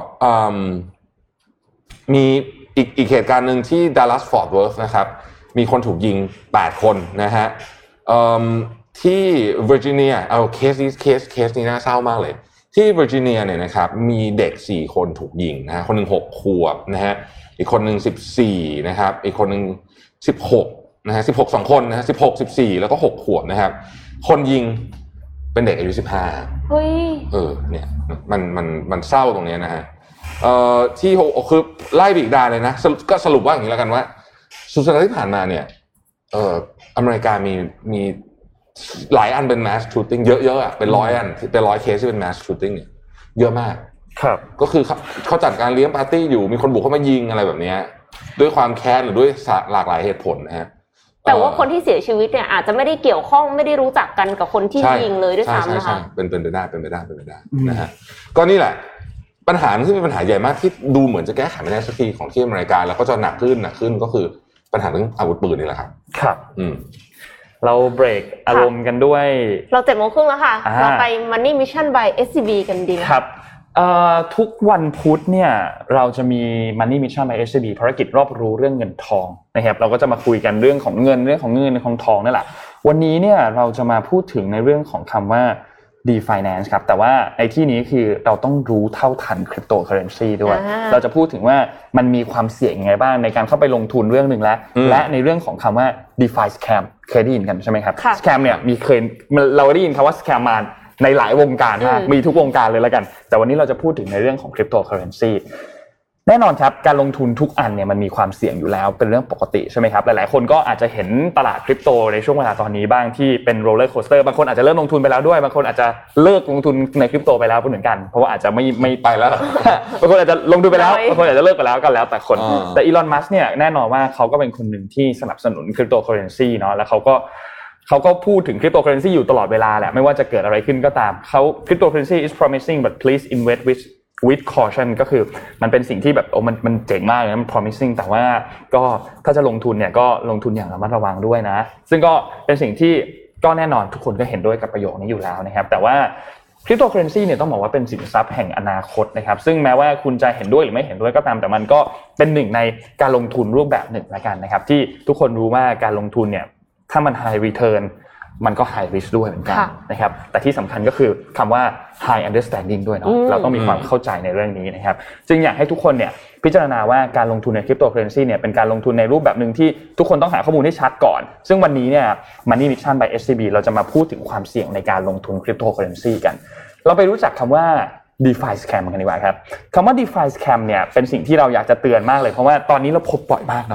มีอีกอีกเหตุการณ์หนึ่งที่ดัลลัสฟอร์ตเวิร์ธนะครับมีคนถูกยิงแปดคนนะฮะที่เวอร์จิเนียเอาเคสนี้เคสเคสนี้น่าเศร้ามากเลยที่เวอร์จิเนียเนี่ยนะครับมีเด็กสี่คนถูกยิงนะฮะคนหนึ่งหกขวบนะฮะอีกคนหนึ่งสิบสี่นะครับอีกคนหนึ่งสิบหกนะฮะสิบหกสองคนนะฮะสิบหก สิบสี่แล้วก็หกขวบนะครับคนยิงเป็นเด็กอายุสิบห้าเฮ้ยเออเนี่ยมันมันมันเศร้าตรงนี้นะฮะเอ่อที่คือไล่บีกดาเลยนะก็สรุปว่าอย่างนี้แล้วกันว่าสุดสัปดาห์ที่ผ่านมาเนี่ยเอ่ออเมริกามีมีหลายอันเป็น mass shooting เยอะๆอ่ะเป็นร้อยอันเป็นร้อยเคสที่เป็น mass shooting เนี่ยเยอะมากครับก็คือเขาจัดการเลี้ยงปาร์ตี้อยู่มีคนบุกเข้ามายิงอะไรแบบนี้ด้วยความแค้นหรือด้วยหลากหลายเหตุผลนะฮะแต่ว่าคนที่เสียชีวิตเนี่ยอาจจะไม่ได้เกี่ยวข้องไม่ได้รู้จักกันกับคนที่ยิงเลยด้วยซ้ำนะคะเป็นเป็นไปได้เป็นไปได้เป็นไปได้นะฮะก็นี่แหละปัญหาที่เป็นปัญหาใหญ่มากที่ดูเหมือนจะแก้ไขไม่ได้สักทีของที่อเมริกาแล้วก็จะหนักขึ้นหนักขึ้นก็คือปัญหาเรื่องอาวุธปืนนี่แหละครับครับอืมเราเบรกอารมณ์กันด้วยเราเจ็ดโมงครึ่งแล้วค่ะเราไป Money Mission by เอส ซี บี กันดีไหมครับทุกวันพุธเนี่ยเราจะมี Money Mission by เอส ซี บี ภารกิจรอบรู้เรื่องเงินทองนะครับเราก็จะมาคุยกันเรื่องของเงินเรื่องของเงินของทองนั่นแหละวันนี้เนี่ยเราจะมาพูดถึงในเรื่องของคำว่า Definance ครับแต่ว่าในที่นี้คือเราต้องรู้เท่าทันคริปโตเคอเรนซีด้วยเราจะพูดถึงว่ามันมีความเสี่ยงยังไงบ้างในการเข้าไปลงทุนเรื่องนึงแล้วและในเรื่องของคำว่า DeFi Scam เคยได้ยินกันใช่ไหมครับ Scam เนี่ยมีเคยเราได้ยินคำว่า Scam มาในหลายวงการมากมีทุกวงการเลยแล้วกันแต่วันนี้เราจะพูดถึงในเรื่องของคริปโตเคอเรนซีแน่นอนครับการลงทุนทุกอันเนี่ยมันมีความเสี่ยงอยู่แล้วเป็นเรื่องปกติใช่ไหมครับหลายๆคนก็อาจจะเห็นตลาดคริปโตในช่วงเวลาตอนนี้บ้างที่เป็นโรลเลอร์โคสเตอร์บางคนอาจจะเริ่มลงทุนไปแล้วด้วยบางคนอาจจะเลิกลงทุนในคริปโตไปแล้วเหมือนกันเพราะว่าอาจจะไม่ไม่ไปแล้วบางคนอาจจะลงทุนไปแล้วบางคนอาจจะเลิกไปแล้วก็แล้วแต่คนแต่อีลอนมัสก์เนี่ยแน่นอนว่าเขาก็เป็นคนหนึ่งที่สนับสนุนคริปโตเคอเรนซีเนาะแล้วเขาก็เขาก็พูดถึงคริปโตเคอเรนซีอยู่ตลอดเวลาแหละไม่ว่าจะเกิดอะไรขึ้นก็ตามเขา cryptocurrency is promising but please invest with with caution ก็คือมันเป็นสิ่งที่แบบโอ้มันมันเจ๋งมากนะมัน promising แต่ว่าก็ถ้าจะลงทุนเนี่ยก็ลงทุนอย่างระมัดระวังด้วยนะซึ่งก็เป็นสิ่งที่ก็แน่นอนทุกคนก็เห็นด้วยกับประโยคนี้อยู่แล้วนะครับแต่ว่าคริปโตเคอเรนซีเนี่ยต้องบอกว่าเป็นสินทรัพย์แห่งอนาคตนะครับซึ่งแม้ว่าคุณจะเห็นด้วยหรือไม่เห็นด้วยก็ตามแต่มันก็เป็นหนึ่งในการลงทุนรูปแบบหนึ่งละกันนะครับที่ทุกคนรู้ว่าการลงทุนเนี่ยถ้ามัน high return มันก็ high risk ด้วยเหมือนกันนะครับแต่ที่สำคัญก็คือคำว่า high understanding ด้วยเนาะเราต้องมีความเข้าใจในเรื่องนี้นะครับจึงอยากให้ทุกคนเนี่ยพิจารณาว่าการลงทุนในคริปโตเคอเรนซีเนี่ยเป็นการลงทุนในรูปแบบนึงที่ทุกคนต้องหาข้อมูลให้ชัดก่อนซึ่งวันนี้เนี่ย Money Mission by เอส ซี บี เราจะมาพูดถึงความเสี่ยงในการลงทุนคริปโตเคอเรนซีกันเราไปรู้จักคำว่า DeFi Scam กันดีกว่าครับคำว่า DeFi Scam เนี่ยเป็นสิ่งที่เราอยากจะเตือนมากเลยเพราะว่าตอนนี้เราพบบ่อยมากเนาะ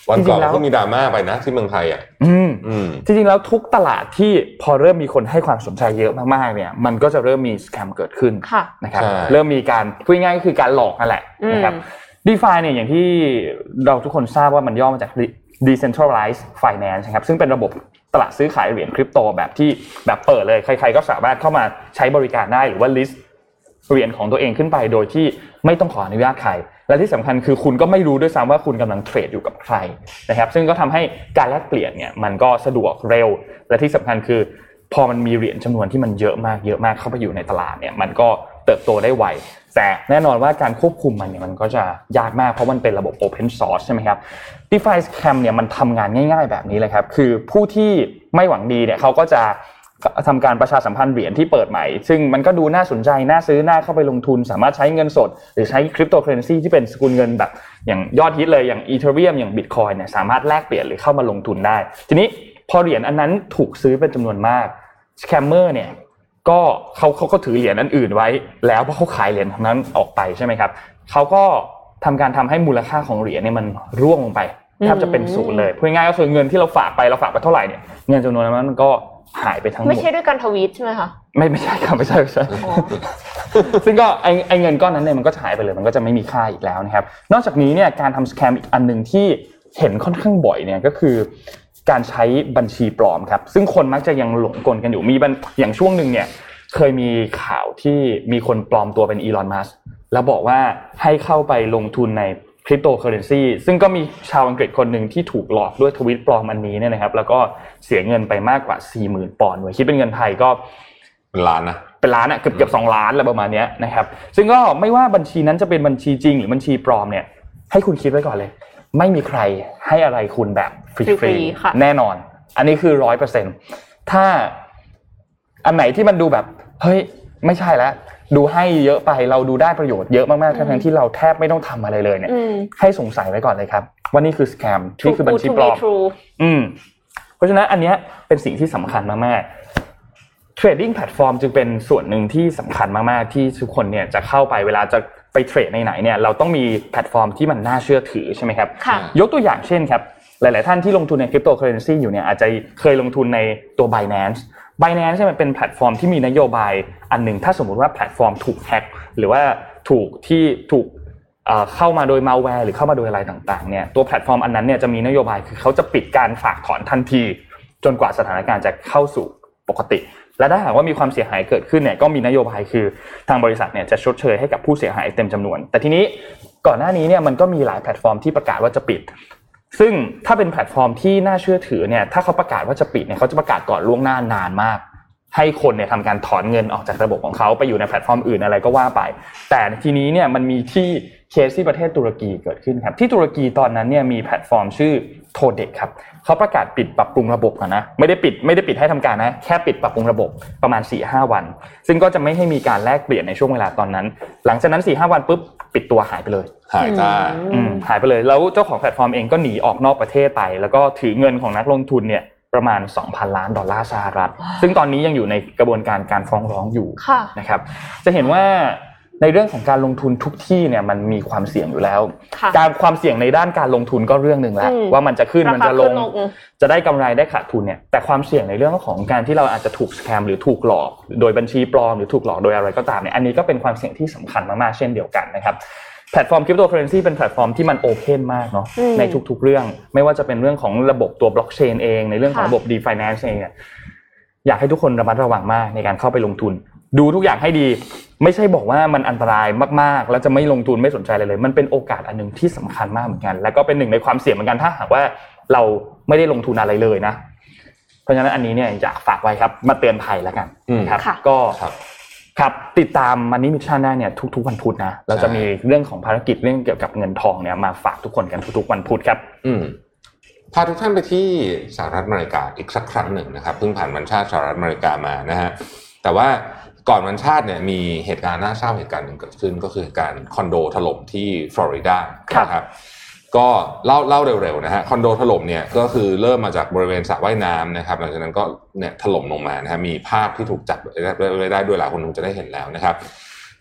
วันก่อนก็มีดราม่าไปนะที่เมืองไทยอ่ะอืมอืมจริงๆแล้วทุกตลาดที่พอเริ่มมีคนให้ความสนใจเยอะมากๆเนี่ยมันก็จะเริ่มมีสแกมเกิดขึ้นนะครับเริ่มมีการพูดง่ายๆก็คือการหลอกนั่นแหละนะครับ DeFi เนี่ยอย่างที่เราทุกคนทราบว่ามันย่อมาจาก Decentralized Finance นะครับซึ่งเป็นระบบตลาดซื้อขายเหรียญคริปโตแบบที่แบบเปิดเลยใครๆก็สามารถเข้ามาใช้บริการได้หรือว่า list เหรียญของตัวเองขึ้นไปโดยที่ไม่ต้องขออนุญาตใครและที่สำคัญคือคุณก็ไม่รู้ด้วยซ้ำว่าคุณกำลังเทรดอยู่กับใครนะครับซึ่งก็ทำให้การแลกเปลี่ยนเนี่ยมันก็สะดวกเร็วและที่สำคัญคือพอมันมีเหรียญจำนวนที่มันเยอะมากเยอะมากเข้าไปอยู่ในตลาดเนี่ยมันก็เติบโตได้ไวแต่แน่นอนว่าการควบคุมมันเนี่ยมันก็จะยากมากเพราะมันเป็นระบบ Open Source ใช่ไหมครับ DeFi Scam เนี่ยมันทำงานง่ายๆแบบนี้เลยครับคือผู้ที่ไม่หวังดีเนี่ยเขาก็จะทำการประชาสัมพันธ์เหรียญที่เปิดใหม่ซึ่งมันก็ดูน่าสนใจน่าซื้อน่าเข้าไปลงทุนสามารถใช้เงินสดหรือใช้คริปโตเคอเรนซีที่เป็นสกุลเงินแบบอย่างยอดฮิตเลยอย่าง Ethereum อย่าง Bitcoin เนี่ยสามารถแลกเปลี่ยนหรือเข้ามาลงทุนได้ทีนี้พอเหรียญอันนั้นถูกซื้อเป็นจำนวนมากสแคมเมอร์เนี่ยก็เขาเขาก็ถือเหรียญอันอื่นไว้แล้วเพราะเขาขายเหรียญนั้นออกไปใช่ไหมครับเขาก็ทำการทำให้มูลค่าของเหรียญเนี่ยมันร่วงลงไปแทบจะเป็นศูนย์เลยพูดง่ายๆก็คือเงินที่เราฝากไปเราฝากไปเท่าไหร่เนี่ยเงินจำนวนนั้นมันก็หายไปทั้งหมดไม่ใช่ด้วยการทวีตใช่ไหมคะไม่ไม่ใช่ครับไม่ใช่ไม่ใช่ซึ่งก็ไอไอเงินก้อนนั้นเนี่ยมันก็หายไปเลยมันก็จะไม่มีค่าอีกแล้วนะครับนอกจากนี้เนี่ยการทำสแกมอีกอันนึงที่เห็นค่อนข้างบ่อยเนี่ยก็คือการใช้บัญชีปลอมครับซึ่งคนมักจะยังหลงกลกันอยู่มีอย่างช่วงนึงเนี่ยเคยมีข่าวที่มีคนปลอมตัวเป็นอีลอนมัสก์แล้วบอกว่าให้เข้าไปลงทุนในคริปโตเคอเรนซีซึ่งก็มีชาวอังกฤษคนหนึ่งที่ถูกหลอกด้วยทวีตปลอมอันนี้เนี่ยนะครับแล้วก็เสียเงินไปมากกว่า สี่หมื่น ปอนด์คิดเป็นเงินไทยก็เป็นล้านนะเป็นล้านอ่ะเกือบๆสองล้านอะไรประมาณนี้นะครับซึ่งก็ไม่ว่าบัญชีนั้นจะเป็นบัญชีจริงหรือบัญชีปลอมเนี่ยให้คุณคิดไว้ก่อนเลยไม่มีใครให้อะไรคุณแบบฟรีๆแน่นอนอันนี้คือ ร้อยเปอร์เซ็นต์ ถ้าอันไหนที่มันดูแบบเฮ้ยไม่ใช่แล้วดูให้เยอะไปเราดูได้ประโยชน์เยอะมากๆทั้งที่เราแทบไม่ต้องทำอะไรเลยเนี่ยให้สงสัยไว้ก่อนเลยครับว่านี่คือสแกมนี่คือบัญชีปลอมอืมเพราะฉะนั้นอันนี้เป็นสิ่งที่สำคัญมากๆเทรดดิ้งแพลตฟอร์มจึงเป็นส่วนหนึ่งที่สำคัญมากๆที่ทุกคนเนี่ยจะเข้าไปเวลาจะไปเทรดในไหนเนี่ยเราต้องมีแพลตฟอร์มที่มันน่าเชื่อถือใช่ไหมครับยกตัวอย่างเช่นครับหลายๆท่านที่ลงทุนในคริปโตเคอเรนซีอยู่เนี่ยอาจจะเคยลงทุนในตัว Binance Binance เนี่ยมันเป็นแพลตฟอร์มที่มีนโยบายอันหนึ่งถ้าสมมุติว่าแพลตฟอร์มถูกแฮ็กหรือว่าถูกที่ถูกเอ่อเข้ามาโดย malware หรือเข้ามาโดยอะไรต่างๆเนี่ยตัวแพลตฟอร์มอันนั้นเนี่ยจะมีนโยบายคือเขาจะปิดการฝากถอนทันทีจนกว่าสถานการณ์จะเข้าสู่ปกติและถ้าหากว่ามีความเสียหายเกิดขึ้นเนี่ยก็มีนโยบายคือทางบริษัทเนี่ยจะชดเชยให้กับผู้เสียหายเต็มจำนวนแต่ทีนี้ก่อนหน้านี้เนี่ยมันก็มีหลายแพลตฟอร์มที่ประกาศว่าจะปิดซึ่งถ้าเป็นแพลตฟอร์มที่น่าเชื่อถือเนี่ยถ้าเขาประกาศว่าจะปิดเนี่ยเขาจะประกาศก่อนล่วงหน้านานมากให้คนเนี่ยทำการถอนเงินออกจากระบบของเขาไปอยู่ในแพลตฟอร์มอื่นอะไรก็ว่าไปแต่ทีนี้เนี่ยมันมีที่เคสที่ประเทศตุรกีเกิดขึ้นครับที่ตุรกีตอนนั้นเนี่ยมีแพลตฟอร์มชื่อโทเด็กครับเขาประกาศปิดปรับปรุงระบบก่อนนะไม่ได้ปิดไม่ได้ปิดให้ทำการนะแค่ปิดปรับปรุงระบบประมาณ สี่ห้า วันซึ่งก็จะไม่ให้มีการแลกเปลี่ยนในช่วงเวลาตอนนั้นหลังจากนั้น สี่ห้า วันปุ๊บปิดตัวหายไปเลยหายจ้าอืมหายไปเลยแล้วเจ้าของแพลตฟอร์มเองก็หนีออกนอกประเทศไปแล้วก็ถือเงินของนักลงทุนเนี่ยประมาณ สองพัน ล้านดอลลาร์สหรัฐซึ่งตอนนี้ยังอยู่ในกระบวนการการฟ้องร้องอยู่นะครับจะเห็นว่าในเรื่องของการลงทุนทุกที่เนี่ยมันมีความเสี่ยงอยู่แล้วการความเสี่ยงในด้านการลงทุนก็เรื่องนึงแล้วว่ามันจะขึ้นมันจะลงจะได้กำไรได้ขาดทุนเนี่ยแต่ความเสี่ยงในเรื่องของการที่เราอาจจะถูกสแกมหรือถูกหลอกโดยบัญชีปลอมหรือถูกหลอกโดยอะไรก็ตามเนี่ยอันนี้ก็เป็นความเสี่ยงที่สำคัญมากๆเช่นเดียวกันนะครับแพลตฟอร์มคริปโตเคอเรนซีเป็นแพลตฟอร์มที่มันโอเพนมากเนาะในทุกๆเรื่องไม่ว่าจะเป็นเรื่องของระบบตัวบล็อกเชนเองในเรื่องของระบบ DeFinance เองเนี่ยอยากให้ทุกคนระมัดระวังมากในการเข้าไปลงทุนดูทุกอย่างให้ดีไม่ใช่บอกว่ามันอันตรายมากๆแล้วจะไม่ลงทุนไม่สนใจอะไรเลยมันเป็นโอกาสอันนึงที่สำคัญมากเหมือนกันแล้วก็เป็นหนึ่งในความเสี่ยงเหมือนกันถ้าหากว่าเราไม่ได้ลงทุนอะไรเลยนะเพราะฉะนั้นอันนี้เนี่ยอยากฝากไว้ครับมาเตือนภัยแล้วกันครับก็ครับติดตามมันนี่มิชชั่นได้เนี่ยทุกๆวันพุธนะเราจะมีเรื่องของภารกิจเรื่องเกี่ยวกับเงินทองเนี่ยมาฝากทุกคนกันทุกๆวันพุธครับอืมพาทุกท่านไปที่สหรัฐอเมริกาอีกสักครั้งหนึ่งนะครับเพิ่งผ่านวันชาติสหรัฐอเมริกามานะฮะแต่ว่าก่อนวันชาติเนี่ยมีเหตุการณ์น่าเศร้าเหตุการณ์หนึ่งเกิดขึ้นก็คือการคอนโดถล่มที่ฟลอริดานะครับก็เล่าเล่าเร็วๆนะฮะคอนโดถล่มเนี่ยก็คือเริ่มมาจากบริเวณสระว่ายน้ำนะครับหลังจากนั้นก็เนี่ยถล่มลงมานะฮะมีภาพที่ถูกจับไว้ได้ด้วยหลายคนคงจะได้เห็นแล้วนะครับ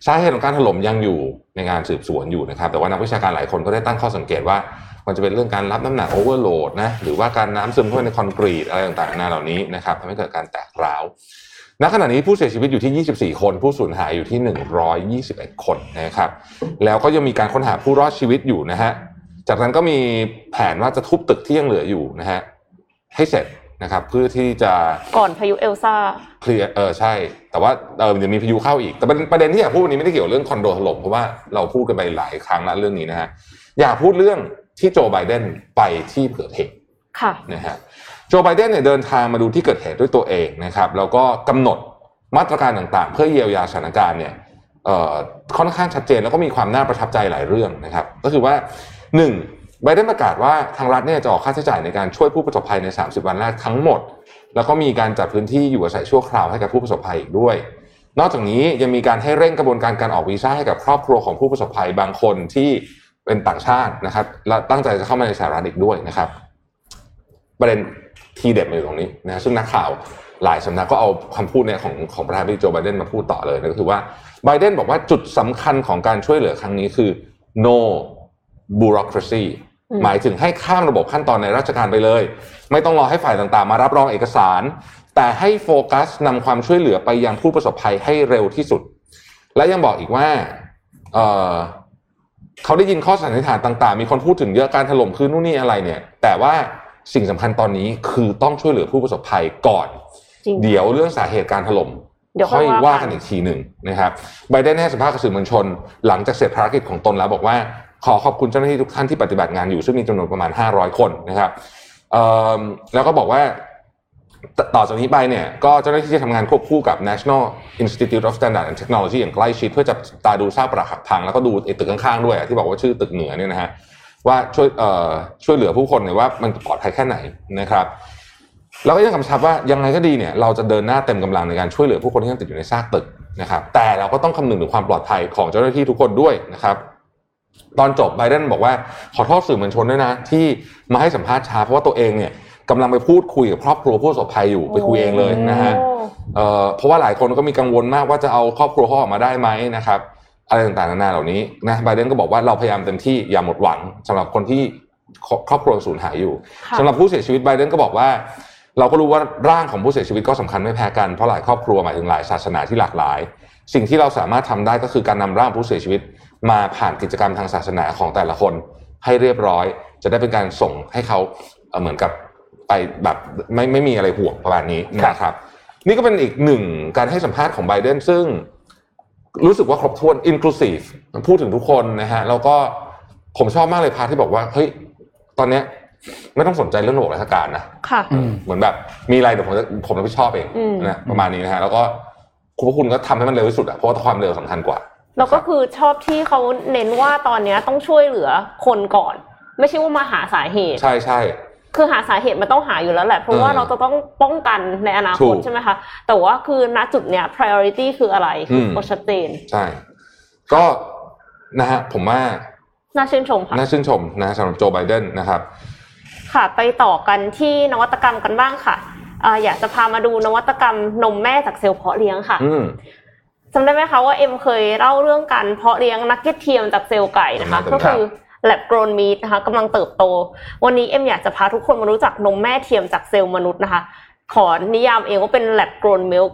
สาเหตุของการถล่มยังอยู่ในงานสืบสวนอยู่นะครับแต่ว่านักวิชาการหลายคนก็ได้ตั้งข้อสังเกตว่ามันจะเป็นเรื่องการรับน้ำหนักโอเวอร์โหลดนะหรือว่าการน้ำซึมเข้าไปในคอนกรีตอะไรต่างๆนานาเหล่านี้นะครับทำให้เกิดการแตกร้าวณขณะนี้ผู้เสียชีวิตอยู่ที่ยี่สิบสี่คนผู้สูญหายอยู่ที่หนึ่งร้อยยี่สิบเอ็ดคนนะครับแล้วก็ยังมีการค้นหาผู้รอดชีวิตอยู่นะฮะจากนั้นก็มีแผนว่าจะทุบตึกที่ยังเหลืออยู่นะฮะให้เสร็จนะครับเพื่อที่จะก่อนพายุเอลซ่าเคลียร์เออใช่แต่ว่าเออจะมีพายุเข้าอีกแต่ประเด็นที่อยากพูดวันนี้ไม่ได้เกี่ยวเรื่องคอนโดถล่มเพราะว่าเราพูดกันไปหลายครั้งแล้วเรื่องนี้นะฮะอยากพูดเรื่องที่โจไบเดนไปที่เกิดเหตุค่ะนะฮะโจไบเดนเนี่ยเดินทางมาดูที่เกิดเหตุด้วยตัวเองนะครับแล้วก็กำหนดมาตรการต่างๆเพื่อเยียวยาสถานการณ์เนี่ยเอ่อค่อนข้างชัดเจนแล้วก็มีความน่าประทับใจหลายเรื่องนะครับก็คือว่าหนึ่งไบเดนประกาศว่าทางรัฐเนี่ยจะออกค่าใช้จ่ายในการช่วยผู้ประสบภัยในสามสิบวันแรกทั้งหมดแล้วก็มีการจัดพื้นที่อยู่อาศัยชั่วคราวให้กับผู้ประสบภัยอีกด้วยนอกจากนี้ยังมีการให้เร่งกระบวนการการออกวีซ่าให้กับครอบครัวของผู้ประสบภัยบางคนที่เป็นต่างชาตินะครับและตั้งใจจะเข้ามาในสหรัฐอีกด้วยนะครับประเด็นทีเด็ดอยู่ตรงนี้นะซึ่งนักข่าวหลายสำนักก็เอาคำพูดเนี่ยของของประธานาธิบดีโจไบเดนมาพูดต่อเลยนะก็คือว่าไบเดนบอกว่าจุดสำคัญของการช่วยเหลือครั้งนี้คือ no bureaucracy หมายถึงให้ข้ามระบบขั้นตอนในราชการไปเลยไม่ต้องรอให้ฝ่ายต่างๆมารับรองเอกสารแต่ให้โฟกัสนำความช่วยเหลือไปยังผู้ประสบภัยให้เร็วที่สุดและยังบอกอีกว่าเอ่อเขาได้ยินข้อสันนิษฐานต่างๆมีคนพูดถึงเยอะการถล่มคือนู่นนี่อะไรเนี่ยแต่ว่าสิ่งสำคัญตอนนี้คือต้องช่วยเหลือผู้ประสบภัยก่อนเดี๋ยวเรื่องสาเหตุการถล่มค่อยว่ากันอีกทีหนึ่งนะครับไบเดนให้สัมภาษณ์กับสื่อมวลชนหลังจากเสร็จภารกิจของตนแล้วบอกว่าขอขอบคุณเจ้าหน้าที่ทุกท่านที่ปฏิบัติงานอยู่ซึ่งมีจำนวนประมาณห้าร้อยคนนะครับแล้วก็บอกว่าต่อจากนี้ไปเนี่ยก็เจ้าหน้าที่จะทำงานควบคู่กับ National Institute of Standards and Technology อย่างใกล้ชิดเพื่อจะตาดูซากปรักหักพังแล้วก็ดูไอ้ตึกข้างๆด้วยที่บอกว่าชื่อตึกเหนือเนี่ยนะฮะว่าช่วยเอ่อช่วยเหลือผู้คนเนี่ยว่ามันปลอดภัยแค่ไหนนะครับแล้วก็ยังกำชับว่ายังไงก็ดีเนี่ยเราจะเดินหน้าเต็มกำลังในการช่วยเหลือผู้คนที่ยังติดอยู่ในซากตึกนะครับแต่เราก็ต้องคำนึงถึงความปลอดภัยของเจ้าหน้าที่ทุกคนด้วยนะครับตอนจบไบเดนบอกว่าขอโทษสื่อมวลชนด้วยนะที่มาให้สัมภาษณ์ช้าเพราะว่าตัวเองเนี่ยกำลังไปพูดคุยกับครอบครัวผู้ประสบภัยอยู่ไปคุยเองเลยนะฮะเอ่อเพราะว่าหลายคนก็มีกังวลมากว่าจะเอาครอบครัวเขาออกมาได้ไหมนะครับอะไรต่างๆนานาเหล่านี้นะไบเดนก็บอกว่าเราพยายามเต็มที่อย่าหมดหวังสำหรับคนที่ครอบครัวสูญหายอยู่สำหรับผู้เสียชีวิตไบเดนก็บอกว่าเราก็รู้ว่าร่างของผู้เสียชีวิตก็สำคัญไม่แพ้กันเพราะหลายครอบครัวหมายถึงหลายศาสนาที่หลากหลายสิ่งที่เราสามารถทำได้ก็คือการนำร่างผู้เสียชีวิตมาผ่านกิจกรรมทางศาสนาของแต่ละคนให้เรียบร้อยจะได้เป็นการส่งให้เขาเหมือนกับไปแบบไม่ไม่มีอะไรห่วงประมาณนี้นะครับนี่ก็เป็นอีกหนึ่งการให้สัมภาษณ์ของไบเดนซึ่งรู้สึกว่าครบถ้วน inclusive พูดถึงทุกคนนะฮะแล้วก็ผมชอบมากเลยพาร์ทที่บอกว่าเฮ้ยตอนเนี้ยไม่ต้องสนใจเรื่องระบบราชการนะค่ะเหมือนแบบมีอะไรเดี๋ยวผมจะผมรับผิดชอบเองนะประมาณนี้นะฮะแล้วก็คุณพวกคุณก็ทำให้มันเร็วที่สุดอะเพราะว่าความเร็วสำคัญกว่าแล้วก็คือชอบที่เขาเน้นว่าตอนนี้ต้องช่วยเหลือคนก่อนไม่ใช่ว่ามาหาสาเหตุใช่ใช่คือหาสาเหตุมันต้องหาอยู่แล้วแหละเพราะว่าเราจะต้องป้องกันในอนาคตใช่ไหมคะแต่ว่าคือณจุดเนี้ย priority คืออะไรคือชัดเจนใช่ก็นะฮะผมว่าน่าชื่นชมค่ะน่าชื่นชมนะสำหรับโจไบเดนนะครับค่ะไปต่อกันที่นวัตกรรมกันบ้างค่ะอ่าอยากจะพามาดูนวัตกรรมนมแม่จากเซลล์เพาะเลี้ยงค่ะจำได้ไหมคะว่าเอ็มเคยเล่าเรื่องการเพาะเลี้ยงนักเก็ตเทียมจากเซลล์ไก่นะคะก็คือ lab grown meat นะคะกำลังเติบโตวันนี้เอ็มอยากจะพาทุกคนมารู้จักนมแม่เทียมจากเซลล์มนุษย์นะคะขอนิยามเองว่าเป็น lab grown milk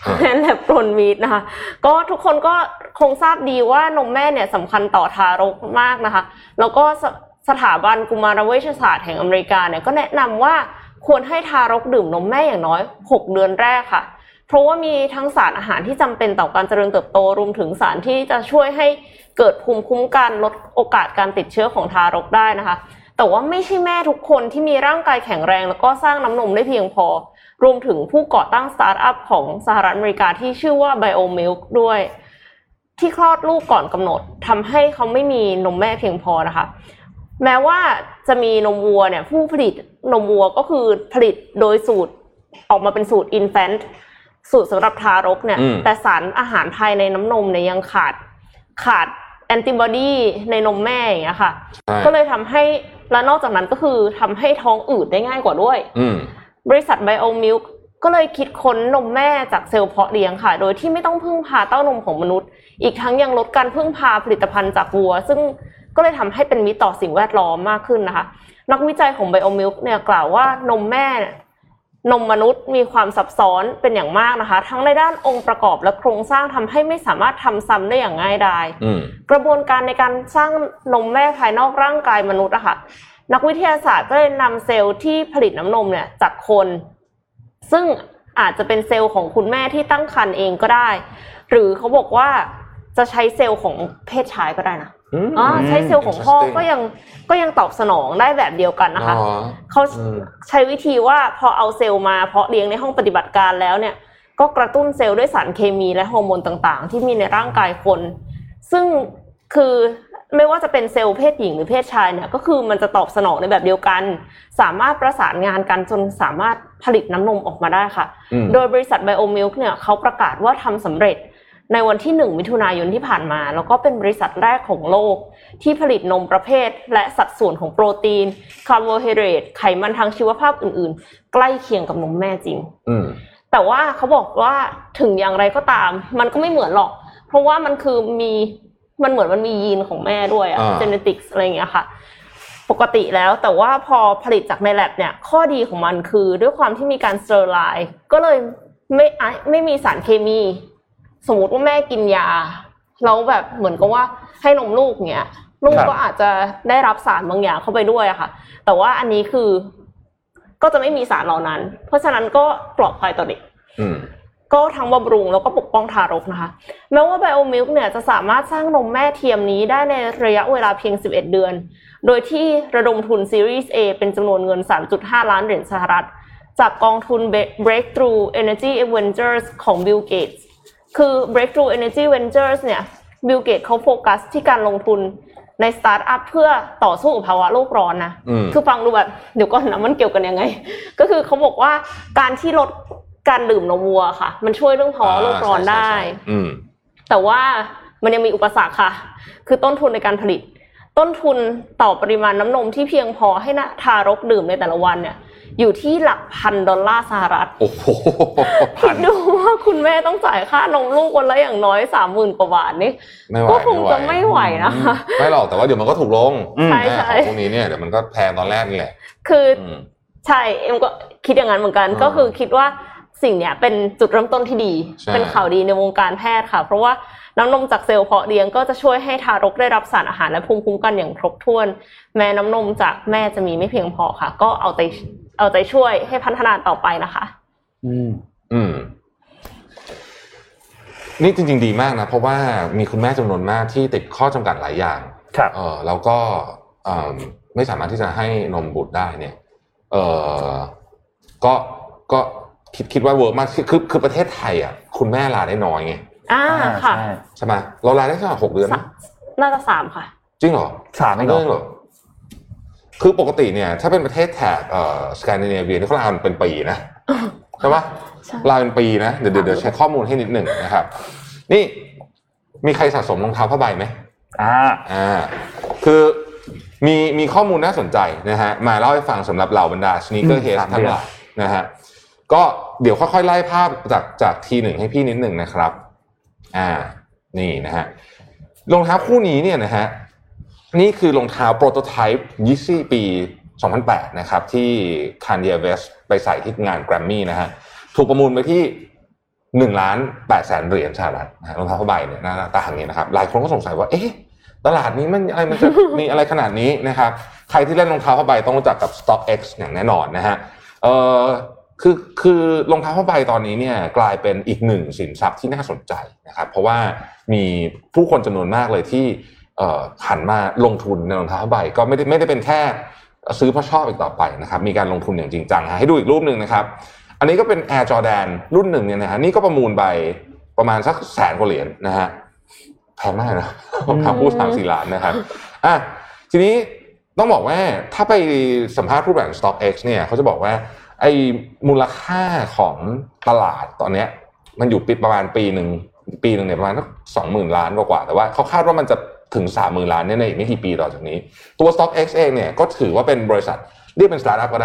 lab grown meat นะคะก็ทุกคนก็คงทราบดีว่านมแม่เนี่ยสำคัญต่อทารกมากนะคะแล้วก็สถาบันกุมารเวชศาสตร์แห่งอเมริกาเนี่ยก็แนะนำว่าควรให้ทารกดื่มนมแม่อย่างน้อยหกเดือนแรกค่ะเพราะว่ามีทั้งสารอาหารที่จำเป็นต่อการเจริญเติบโตรวมถึงสารที่จะช่วยให้เกิดภูมิคุ้มกันลดโอกาสการติดเชื้อของทารกได้นะคะแต่ว่าไม่ใช่แม่ทุกคนที่มีร่างกายแข็งแรงแล้วก็สร้างน้ำนมได้เพียงพอรวมถึงผู้ก่อตั้งสตาร์ทอัพของสหรัฐอเมริกาที่ชื่อว่า BioMilk ด้วยที่คลอดลูกก่อนกำหนดทำให้เขาไม่มีนมแม่เพียงพอนะคะแม้ว่าจะมีนมวัวเนี่ยผู้ผลิตนมวัวก็คือผลิตโดยสูตรออกมาเป็นสูตร infant สูตรสำหรับทารกเนี่ยแต่สารอาหารภายในน้ำนมเนี่ยยังขาดขาดแอนติบอดีในนมแม่อย่างเงี้ยค่ะก็เลยทำให้และนอกจากนั้นก็คือทำให้ท้องอืดได้ง่ายกว่าด้วยบริษัท BioMilk ก็เลยคิดค้นนมแม่จากเซลล์เพาะเลี้ยงค่ะโดยที่ไม่ต้องพึ่งพาเต้านมของมนุษย์อีกทั้งยังลดการพึ่งพาผลิตภัณฑ์จากวัวซึ่งก็เลยทำให้เป็นมิตรต่อสิ่งแวดล้อมมากขึ้นนะคะนักวิจัยของ BioMilk เนี่ยกล่าวว่านมแม่นมมนุษย์มีความซับซ้อนเป็นอย่างมากนะคะทั้งในด้านองค์ประกอบและโครงสร้างทำให้ไม่สามารถทำซ้ำได้อย่างง่ายดายกระบวนการในการสร้างนมแม่ภายนอกร่างกายมนุษย์อะค่ะนักวิทยาศาสตร์ก็เลยนำเซลล์ที่ผลิตน้ำนมเนี่ยจากคนซึ่งอาจจะเป็นเซลล์ของคุณแม่ที่ตั้งครรภ์เองก็ได้หรือเขาบอกว่าจะใช้เซลล์ของเพศชายก็ได้นะอ๋อใช้เซลล์ของพ่อก็ยังก็ยังตอบสนองได้แบบเดียวกันนะคะเขาใช้วิธีว่าพอเอาเซลล์มาเพาะเลี้ยงในห้องปฏิบัติการแล้วเนี่ยก็กระตุ้นเซลล์ด้วยสารเคมีและฮอร์โมนต่างๆที่มีในร่างกายคนซึ่งคือไม่ว่าจะเป็นเซลล์เพศหญิงหรือเพศชายเนี่ยก็คือมันจะตอบสนองในแบบเดียวกันสามารถประสานงานกันจนสามารถผลิตน้ำนมออกมาได้ค่ะโดยบริษัท BioMilk เนี่ยเขาประกาศว่าทำสำเร็จในวันที่หนึ่งมิถุนายนที่ผ่านมาแล้วก็เป็นบริษัทแรกของโลกที่ผลิตนมประเภทและสัดส่วนของโปรตีนคาร์โบไฮเดรตไขมันทางชีวภาพอื่นๆใกล้เคียงกับนมแม่จริงแต่ว่าเขาบอกว่าถึงอย่างไรก็ตามมันก็ไม่เหมือนหรอกเพราะว่ามันคือมีมันเหมือนมันมียีนของแม่ด้วยอะ genetics อะไรอย่างเงี้ยค่ะปกติแล้วแต่ว่าพอผลิตจากใน lab เนี่ยข้อดีของมันคือด้วยความที่มีการ sterilize ก็เลยไม่ไม่มีสารเคมีสมมุติว่าแม่กินยาแล้วแบบเหมือนกับว่าให้นมลูกเงี้ยลูกก็อาจจะได้รับสารบางอย่างเข้าไปด้วยอะค่ะแต่ว่าอันนี้คือก็จะไม่มีสารเหล่านั้นเพราะฉะนั้นก็ปลอดภัยต่อเด็กก็ทั้งบำรุงแล้วก็ปกป้องทารกนะคะแม้ว่า BioMilk เนี่ยจะสามารถสร้างนมแม่เทียมนี้ได้ในระยะเวลาเพียงสิบเอ็ดเดือนโดยที่ระดมทุน Series A เป็นจำนวนเงิน สามจุดห้า ล้านเหรียญสหรัฐจากกองทุน Breakthrough Energy Ventures ของ Bill Gates คือ Breakthrough Energy Ventures เนี่ย Bill Gates เขาโฟกัสที่การลงทุนในสตาร์ทอัพเพื่อต่อสู้กับภาวะโลกร้อนนะคือฟังดูแบบเดี๋ยวก่อนนะมันเกี่ยวกันยังไงก็คือเขาบอกว่าการที่ลดการดื่มนมวัวค่ะมันช่วยเรื่องภาวะโลกร้อนได้แต่ว่ามันยังมีอุปสรรคค่ะคือต้นทุนในการผลิตต้นทุนต่อปริมาณน้ำนมที่เพียงพอให้ทารกดื่มในแต่ละวันเนี่ยอยู่ที่หลักพันดอลลาร์สหรัฐโอ้โหคิดดูว่าคุณแม่ต้องจ่ายค่านมลูกวันละอย่างน้อย สามหมื่น กว่าบาทนี่ก็คงจะไม่ไหวนะคะไม่หรอกแต่ว่าเดี๋ยวมันก็ถูกลงใช่ใช่พวกนี้เนี่ยเดี๋ยวมันก็แพงตอนแรกนี่แหละคือใช่เอ็มก็คิดอย่างนั้นเหมือนกันก็คือคิดว่าสิ่งเนี้ยเป็นจุดเริ่มต้นที่ดีเป็นข่าวดีในวงการแพทย์ค่ะเพราะว่าน้ำนมจากเซลล์เพาะเลี้ยงก็จะช่วยให้ทารกได้รับสารอาหารและภูมิคุ้มกันอย่างครบถ้วนแม้น้ำนมจากแม่จะมีไม่เพียงพอค่ะก็เอาใจเอาใจช่วยให้พัฒนาต่อไปนะคะอืมอืมนี่จริงๆดีมากนะเพราะว่ามีคุณแม่จำนวนมากที่ติดข้อจำกัดหลายอย่างครับเออแล้วก็เอ่อไม่สามารถที่จะให้นมบุตรได้เนี่ยเออก็ก็คิดคิดว่าเวิร์กมากคือคือประเทศไทยอ่ะคุณแม่ลาได้น้อยไงอ่าค่ะใช่ไหมเราลาได้แค่หกเดือนน่าจะสามค่ะจริงเหรอสามไม่เหรอคือปกติเนี่ยถ้าเป็นประเทศแถบเอ่อสแกนดิเนเวียนี่เขาลาเป็นปีนะใช่ปะลาเป็นปีนะเดี๋ยวเดี๋ยวเช็คข้อมูลให้นิดหนึ่งนะครับนี่มีใครสะสมรองเท้าผ้าใบไหมอ่าอ่าคือมีมีข้อมูลน่าสนใจนะฮะมาเล่าให้ฟังสำหรับเหล่าบรรดาสนีกเกอร์เฮดทั้งหลายนะฮะก็เดี๋ยวค่อยๆไล่ภาพจากจากทีหนึ่งให้พี่นิดหนึ่งนะครับอ่านี่นะฮะรองเท้าคู่นี้เนี่ยนะฮะนี่คือรองเท้าโปรโตไทป์ Yeezy ปีสองพันแปดนะครับที่ Kanye West ไปใส่ที่งาน Grammy นะฮะถูกประมูลไปที่หนึ่งล้านแปดแสนเหรียญสหรัฐนะฮะรองเท้าผ้าใบเนี่ยหน้าตาอย่างนี้นะครับหลายคนก็สงสัยว่าเอ๊ะตลาดนี้มันอะไรมันจะมีอะไรขนาดนี้นะครับใครที่เล่นรองเท้าผ้าใบต้องรู้จักกับ StockX อย่างแน่นอนนะฮะเอ่อคือคือรองเท้าผ้าใบตอนนี้เนี่ยกลายเป็นอีกหนึ่งสินทรัพย์ที่น่าสนใจนะครับเพราะว่ามีผู้คนจำนวนมากเลยที่เอ่อหันมาลงทุนในรองเท้าผ้าใบก็ไม่ได้ไม่ได้เป็นแค่ซื้อเพราะชอบอีกต่อไปนะครับมีการลงทุนอย่างจริงจังให้ดูอีกรูปนึงนะครับอันนี้ก็เป็น Air Jordan รุ่นหนึ่งเนี่ยนะฮะนี่ก็ประมูลไปประมาณสักแสนกว่าเหรียญนะฮะแพงมากนะผมทำพูดสามสี่ล้านนะครับอ่ะทีนี้ต้องบอกว่าถ้าไปสัมภาษณ์ผู้บริหาร StockX เนี่ยเขาจะบอกว่าไอ้มูลค่าของตลาดตอนนี้มันอยู่ปิดประมาณปีหนึ่งปีหนึ่งเนี่ยประมาณสักสองหมื่นล้านกว่าแต่ว่าเขาคาดว่ามันจะถึงสามหมื่นล้านเนี่ยในอีกไม่กี่ปีต่อจากนี้ตัว StockX เองเนี่ยก็ถือว่าเป็นบริษัทเรียกเป็นสตาร์ทอัพก็ได้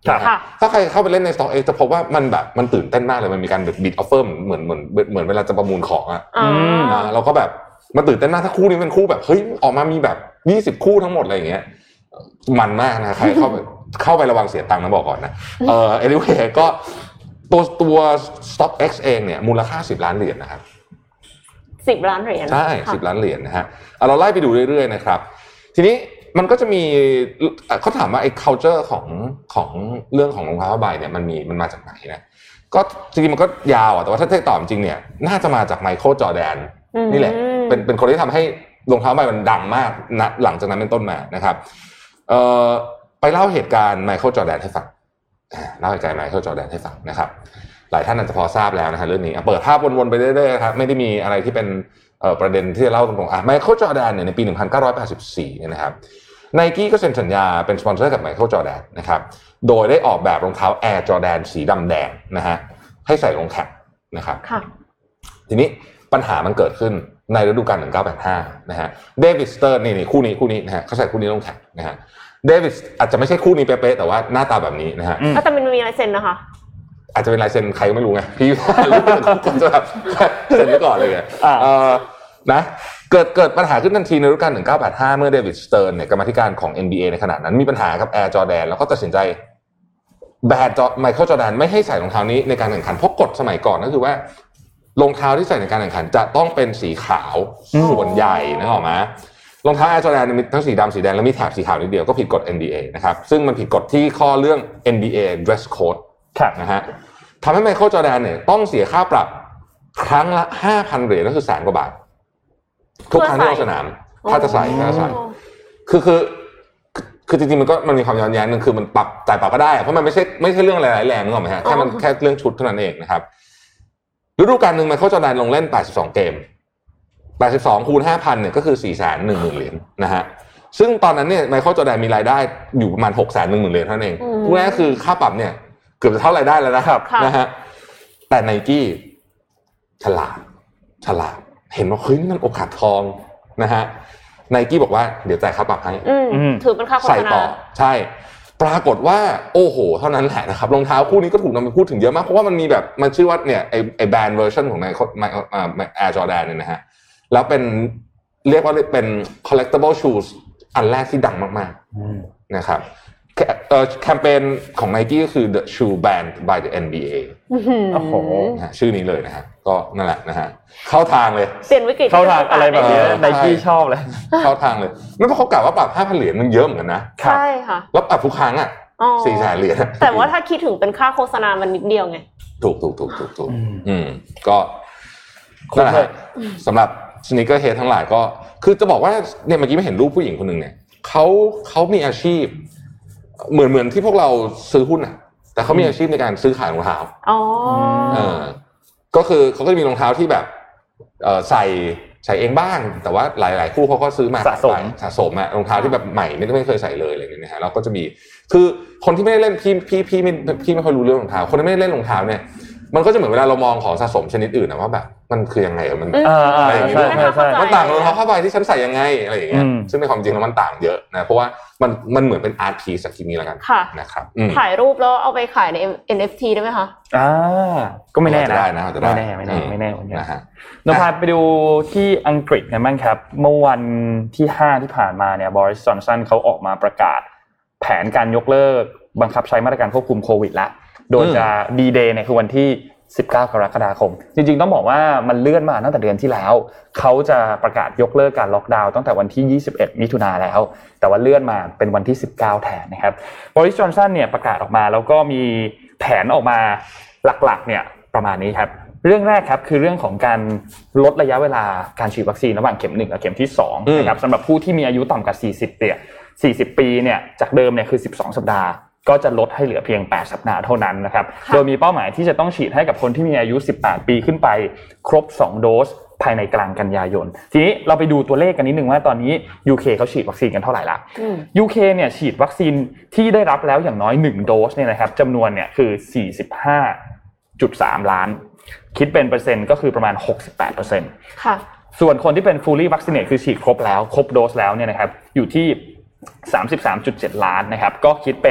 ถ้าใครเข้าไปเล่นใน Stock X จะพบว่ามันแบบมันตื่นเต้นมากเลยมันมีการบิดออฟเฟอร์เหมือนเหมือนเหมือนเวลาจะประมูลของอ่ะเราก็แบบมันตื่นเต้นมากถ้าคู่นี้เป็นคู่แบบเฮ้ยออกมามีแบบยี่สิบคู่ทั้งหมดอะไรอย่างเงี้ยมันมากนะใครเข้าไปเข้าไประวังเสียตังค์นะบอกก่อนนะเอ่อ anyway ก็ตัวตัว Stock X เองเนี่ยมูลค่าสิบล้านเหรียญนะครับสิบล้านเหรียญใช่สิบล้านเหรียญนะฮะเอาเราไล่ไปดูเรื่อยๆนะครับทีนี้มันก็จะมีเขาถามว่าไอ้ culture ของของเรื่องของรองเท้าผ้าใบเนี่ยมันมีมันมาจากไหนนะก็จริงๆมันก็ยาวอ่ะแต่ว่าถ้าเทคตอบจริงเนี่ยน่าจะมาจากไมเคิลจอร์แดนนี่แหละเป็นเป็นคนที่ทำให้รองเท้าผ้าใบมันดังมากนะหลังจากนั้นเป็นต้นมานะครับเอ่อไปเล่าเหตุการณ์ไมเคิลจอร์แดนให้ฟังเล่าเหตุการณ์ไมเคิลจอร์แดนให้ฟังนะครับหลายท่านอาจจะพอทราบแล้วนะฮะเรื่องนี้เปิดภาพวนๆไปเรื่อยๆครับไม่ได้มีอะไรที่เป็นประเด็นที่จะเล่าตรงๆอ่ะไมเคิลจอร์แดนเนี่ยในปีหนึ่งพันเก้าร้อยแปดสิบสี่เนี่ยนะครับไนกี้ก็เซ็นสัญญาเป็นสปอนเซอร์กับไมเคิลจอร์แดนนะครับโดยได้ออกแบบรองเท้า Air Jordan สีดำแดงนะฮะให้ใส่ลงแข่งนะครับทีนี้ปัญหามันเกิดขึ้นในฤดูกาลหนึ่งพันเก้าร้อยแปดสิบห้านะฮะเดวิดสเตอร์นี่นี่คู่นี้คู่นี้นะฮะเขาใส่คู่นี้ลงแข่งนะฮะเดวิดอาจจะไม่ใช่คู่นี้เป๊ะๆแต่ว่าหน้าตาแบบนี้นะฮะแต่มันมีลายเซ็นนะคะอาจจะเป็นลายเซ็นใครก็ไม่รู้ไงพี่รู้ก็จะแบบเซ็นไว้ก่อนเลยไงเออนะเกิดเกิดปัญหาขึ้นทันทีในฤดูกาลหนึ่งพันเก้าร้อยแปดสิบห้าเมื่อเดวิดสเติร์นเนี่ยกรรมาธิการของ เอ็น บี เอ ในขณะนั้นมีปัญหากับ Air Jordan แล้วก็ตัดสินใจแบนไมเคิลจอร์แดนไม่ให้ใส่รองเท้านี้ในการแข่งขันเพราะกฎสมัยก่อนก็คือว่ารองเท้าที่ใส่ในการแข่งขันจะต้องเป็นสีขาวส่วนใหญ่นึกออกไหมรองเท้า Air Jordan มีทั้งสีดำสีแดงและมีแถบสีขาวนิดเดียวก็ผิดกฎ เอ็น บี เอ นะครับซึ่งมันผิดกฎที่ข้อเรื่อง เอ็น บี เอ dress code นะฮะทำให้ไมเคิลจอร์แดนเนี่ยต้องเสียค่าปรับครั้งละ ห้าพัน เหรียญก็คือแสนกว่าบาททุกครั้งที่ลงสนามถ้าจะใส่ถ้าจะใส่คือคือคือจริงๆมันก็มันมีความย้อนแย้งนึงคือมันปรับจ่ายปรับก็ได้เพราะมันไม่ใช่ไม่ใช่เรื่องอะไรร้ายแรงนึกออกไหมฮะแค่มันแค่เรื่องชุดเท่านั้นเองนะครับฤดูกาลนึงไมเคิลจอร์แดนลงเล่นแปดสิบสองเกมแปดสิบสองคูณ ห้าพัน เนี่ยก็คือ สี่แสนหนึ่งหมื่น เหรียญนะฮะซึ่งตอนนั้นเนี่ยไมเคิลจอร์แดนมีรายได้อยู่ประมาณ หกแสนหนึ่งหมื่น เหรียญเท่านั้นเองพูดง่ายๆคือค่าปรับเนี่ยเกือบจะเท่ารายได้แล้วนะครับนะฮะแต่ไนกี้ฉลาดฉลาดเห็นว่าเฮ้ยนั่นโอกาสทองนะฮะไนกี้บอกว่าเดี๋ยวจ่ายค่าปรับให้ถือเป็นค่าโฆษณาใส่ต่อใช่ปรากฏว่าโอ้โหเท่านั้นแหละนะครับรองเท้าคู่นี้ก็ถูกนำไปพูดถึงเยอะมากเพราะว่ามันมีแบบมันชื่อว่าเนี่ยไอไอแบรนด์เวอร์ชันของในอ่า Air Jordan เนี่ยนะฮะแล้วเป็นเรียกว่าเป็น collectible shoes อันแรกที่ดังมากๆนะครับเอ่อแคมเปญของ Nike ก็คือ The Shoe Banned by the เอ็น บี เอโอ้โหชื่อนี้เลยนะฮะก็นั่นแหละนะฮะเข้าทางเลยเปลี่ยนวิกฤตเข้าทางอะไรแบบนี้ Nike ชอบเลยเข้าทางเลยนั่นเพราะเขากล่าวว่าปรับ ห้าพัน เหรียญมันเยอะเหมือนกันนะใช่ค่ะแล้วปรับทุกครั้งอ่ะ สี่แสน เหรียญแต่ว่าถ้าคิดถึงเป็นค่าโฆษณามันนิดเดียวไงถูกๆๆๆอืมก็นั่นแหละสำหรับสนีกเกอร์เฮดทั้งหลายก็คือจะบอกว่าเนี่ยเมื่อกี้ไม่เห็นรูปผู้หญิงคนนึงเนี่ยเขาเขามีอาชีพเหมือนเหมือนที่พวกเราซื้อหุ้นอ่ะแต่เขามีอาชีพในการซื้อขายรองเท้าอ๋อเออก็คือเขาก็จะมีรองเท้าที่แบบเอ่อใส่ใส่เองบ้างแต่ว่าหลายๆคู่เขาก็ซื้อมาสะสมสะสมอะรองเท้าที่แบบใหม่ไม่ไม่เคยใส่เลยอะไรอย่างเงี้ยนะฮะเราก็จะมีคือคนที่ไม่ได้เล่นพี่พี่พี่ไม่พี่ไม่ค่อยรู้เรื่องรองเท้าคนที่ไม่ได้เล่นรองเท้าเนี่ยมันก็จะเหมือนเวลาเรามองของสะสมชนิดอื่นนะว่าแบบมันคือยังไงเออมันอะไรอย่างเงี้ยมันต่างรองเท้าผ้าใบที่ฉันใส่ยังไงอะไรอย่างเงี้ยซึ่งในความจริงแล้วมันต่างเยอะนะเพราะว่ามันมันเหมือนเป็นอาร์ตพีซสักทีนี้แล้วกันนะครับถ่ายรูปแล้วเอาไปขายใน เอ็น เอฟ ที ได้ไหมคะอ่าก็ไม่แน่นะได้นะไม่แน่ไม่แน่ไม่แน่นะฮะเราพาไปดูที่อังกฤษกันบ้างครับเมื่อวันที่ห้าที่ผ่านมาเนี่ยบริส จอนสันเขาออกมาประกาศแผนการยกเลิกบังคับใช้มาตรการควบคุมโควิดละโดยจะดีเดย์เนี่ยคือวันที่สิบเก้ากรกฎาคมจริงๆต้องบอกว่ามันเลื่อนมาตั้งแต่เดือนที่แล้วเขาจะประกาศยกเลิกการล็อกดาวน์ตั้งแต่วันที่ยี่สิบเอ็ดมิถุนายนแล้วแต่ว่าเลื่อนมาเป็นวันที่สิบเก้าแทนนะครับบริส จอนสันเนี่ยประกาศออกมาแล้วก็มีแผนออกมาหลักๆเนี่ยประมาณนี้ครับเรื่องแรกครับคือเรื่องของการลดระยะเวลาการฉีดวัคซีนระหว่างเข็มหนึ่งกับเข็มที่สองนะครับสำหรับผู้ที่มีอายุต่ำกว่าสี่สิบเนี่ยสี่สิบปีเนี่ยจากเดิมเนี่ยคือสิบสองสัปดาห์ก็จะลดให้เหลือเพียงแปดสัปดาห์เท่านั้นนะครับโดยมีเป้าหมายที่จะต้องฉีดให้กับคนที่มีอายุสิบแปดปีขึ้นไปครบสองโดสภายในกลางกันยายนทีนี้เราไปดูตัวเลขกันนิดนึงว่าตอนนี้ ยู เค เขาฉีดวัคซีนกันเท่าไหร่ละ ยู เค เนี่ยฉีดวัคซีนที่ได้รับแล้วอย่างน้อยหนึ่งโดสเนี่ยนะครับจำนวนเนี่ยคือ สี่สิบห้าจุดสาม ล้านคิดเป็นเปอร์เซ็นต์ก็คือประมาณ หกสิบแปดเปอร์เซ็นต์ค่ะส่วนคนที่เป็น fully vaccinated คือฉีดครบแล้วครบโดสแล้วเนี่ยนะครับอยู่ที่ สามสิบสามจุดเจ็ด ล้านนะครับก็คิดเป็น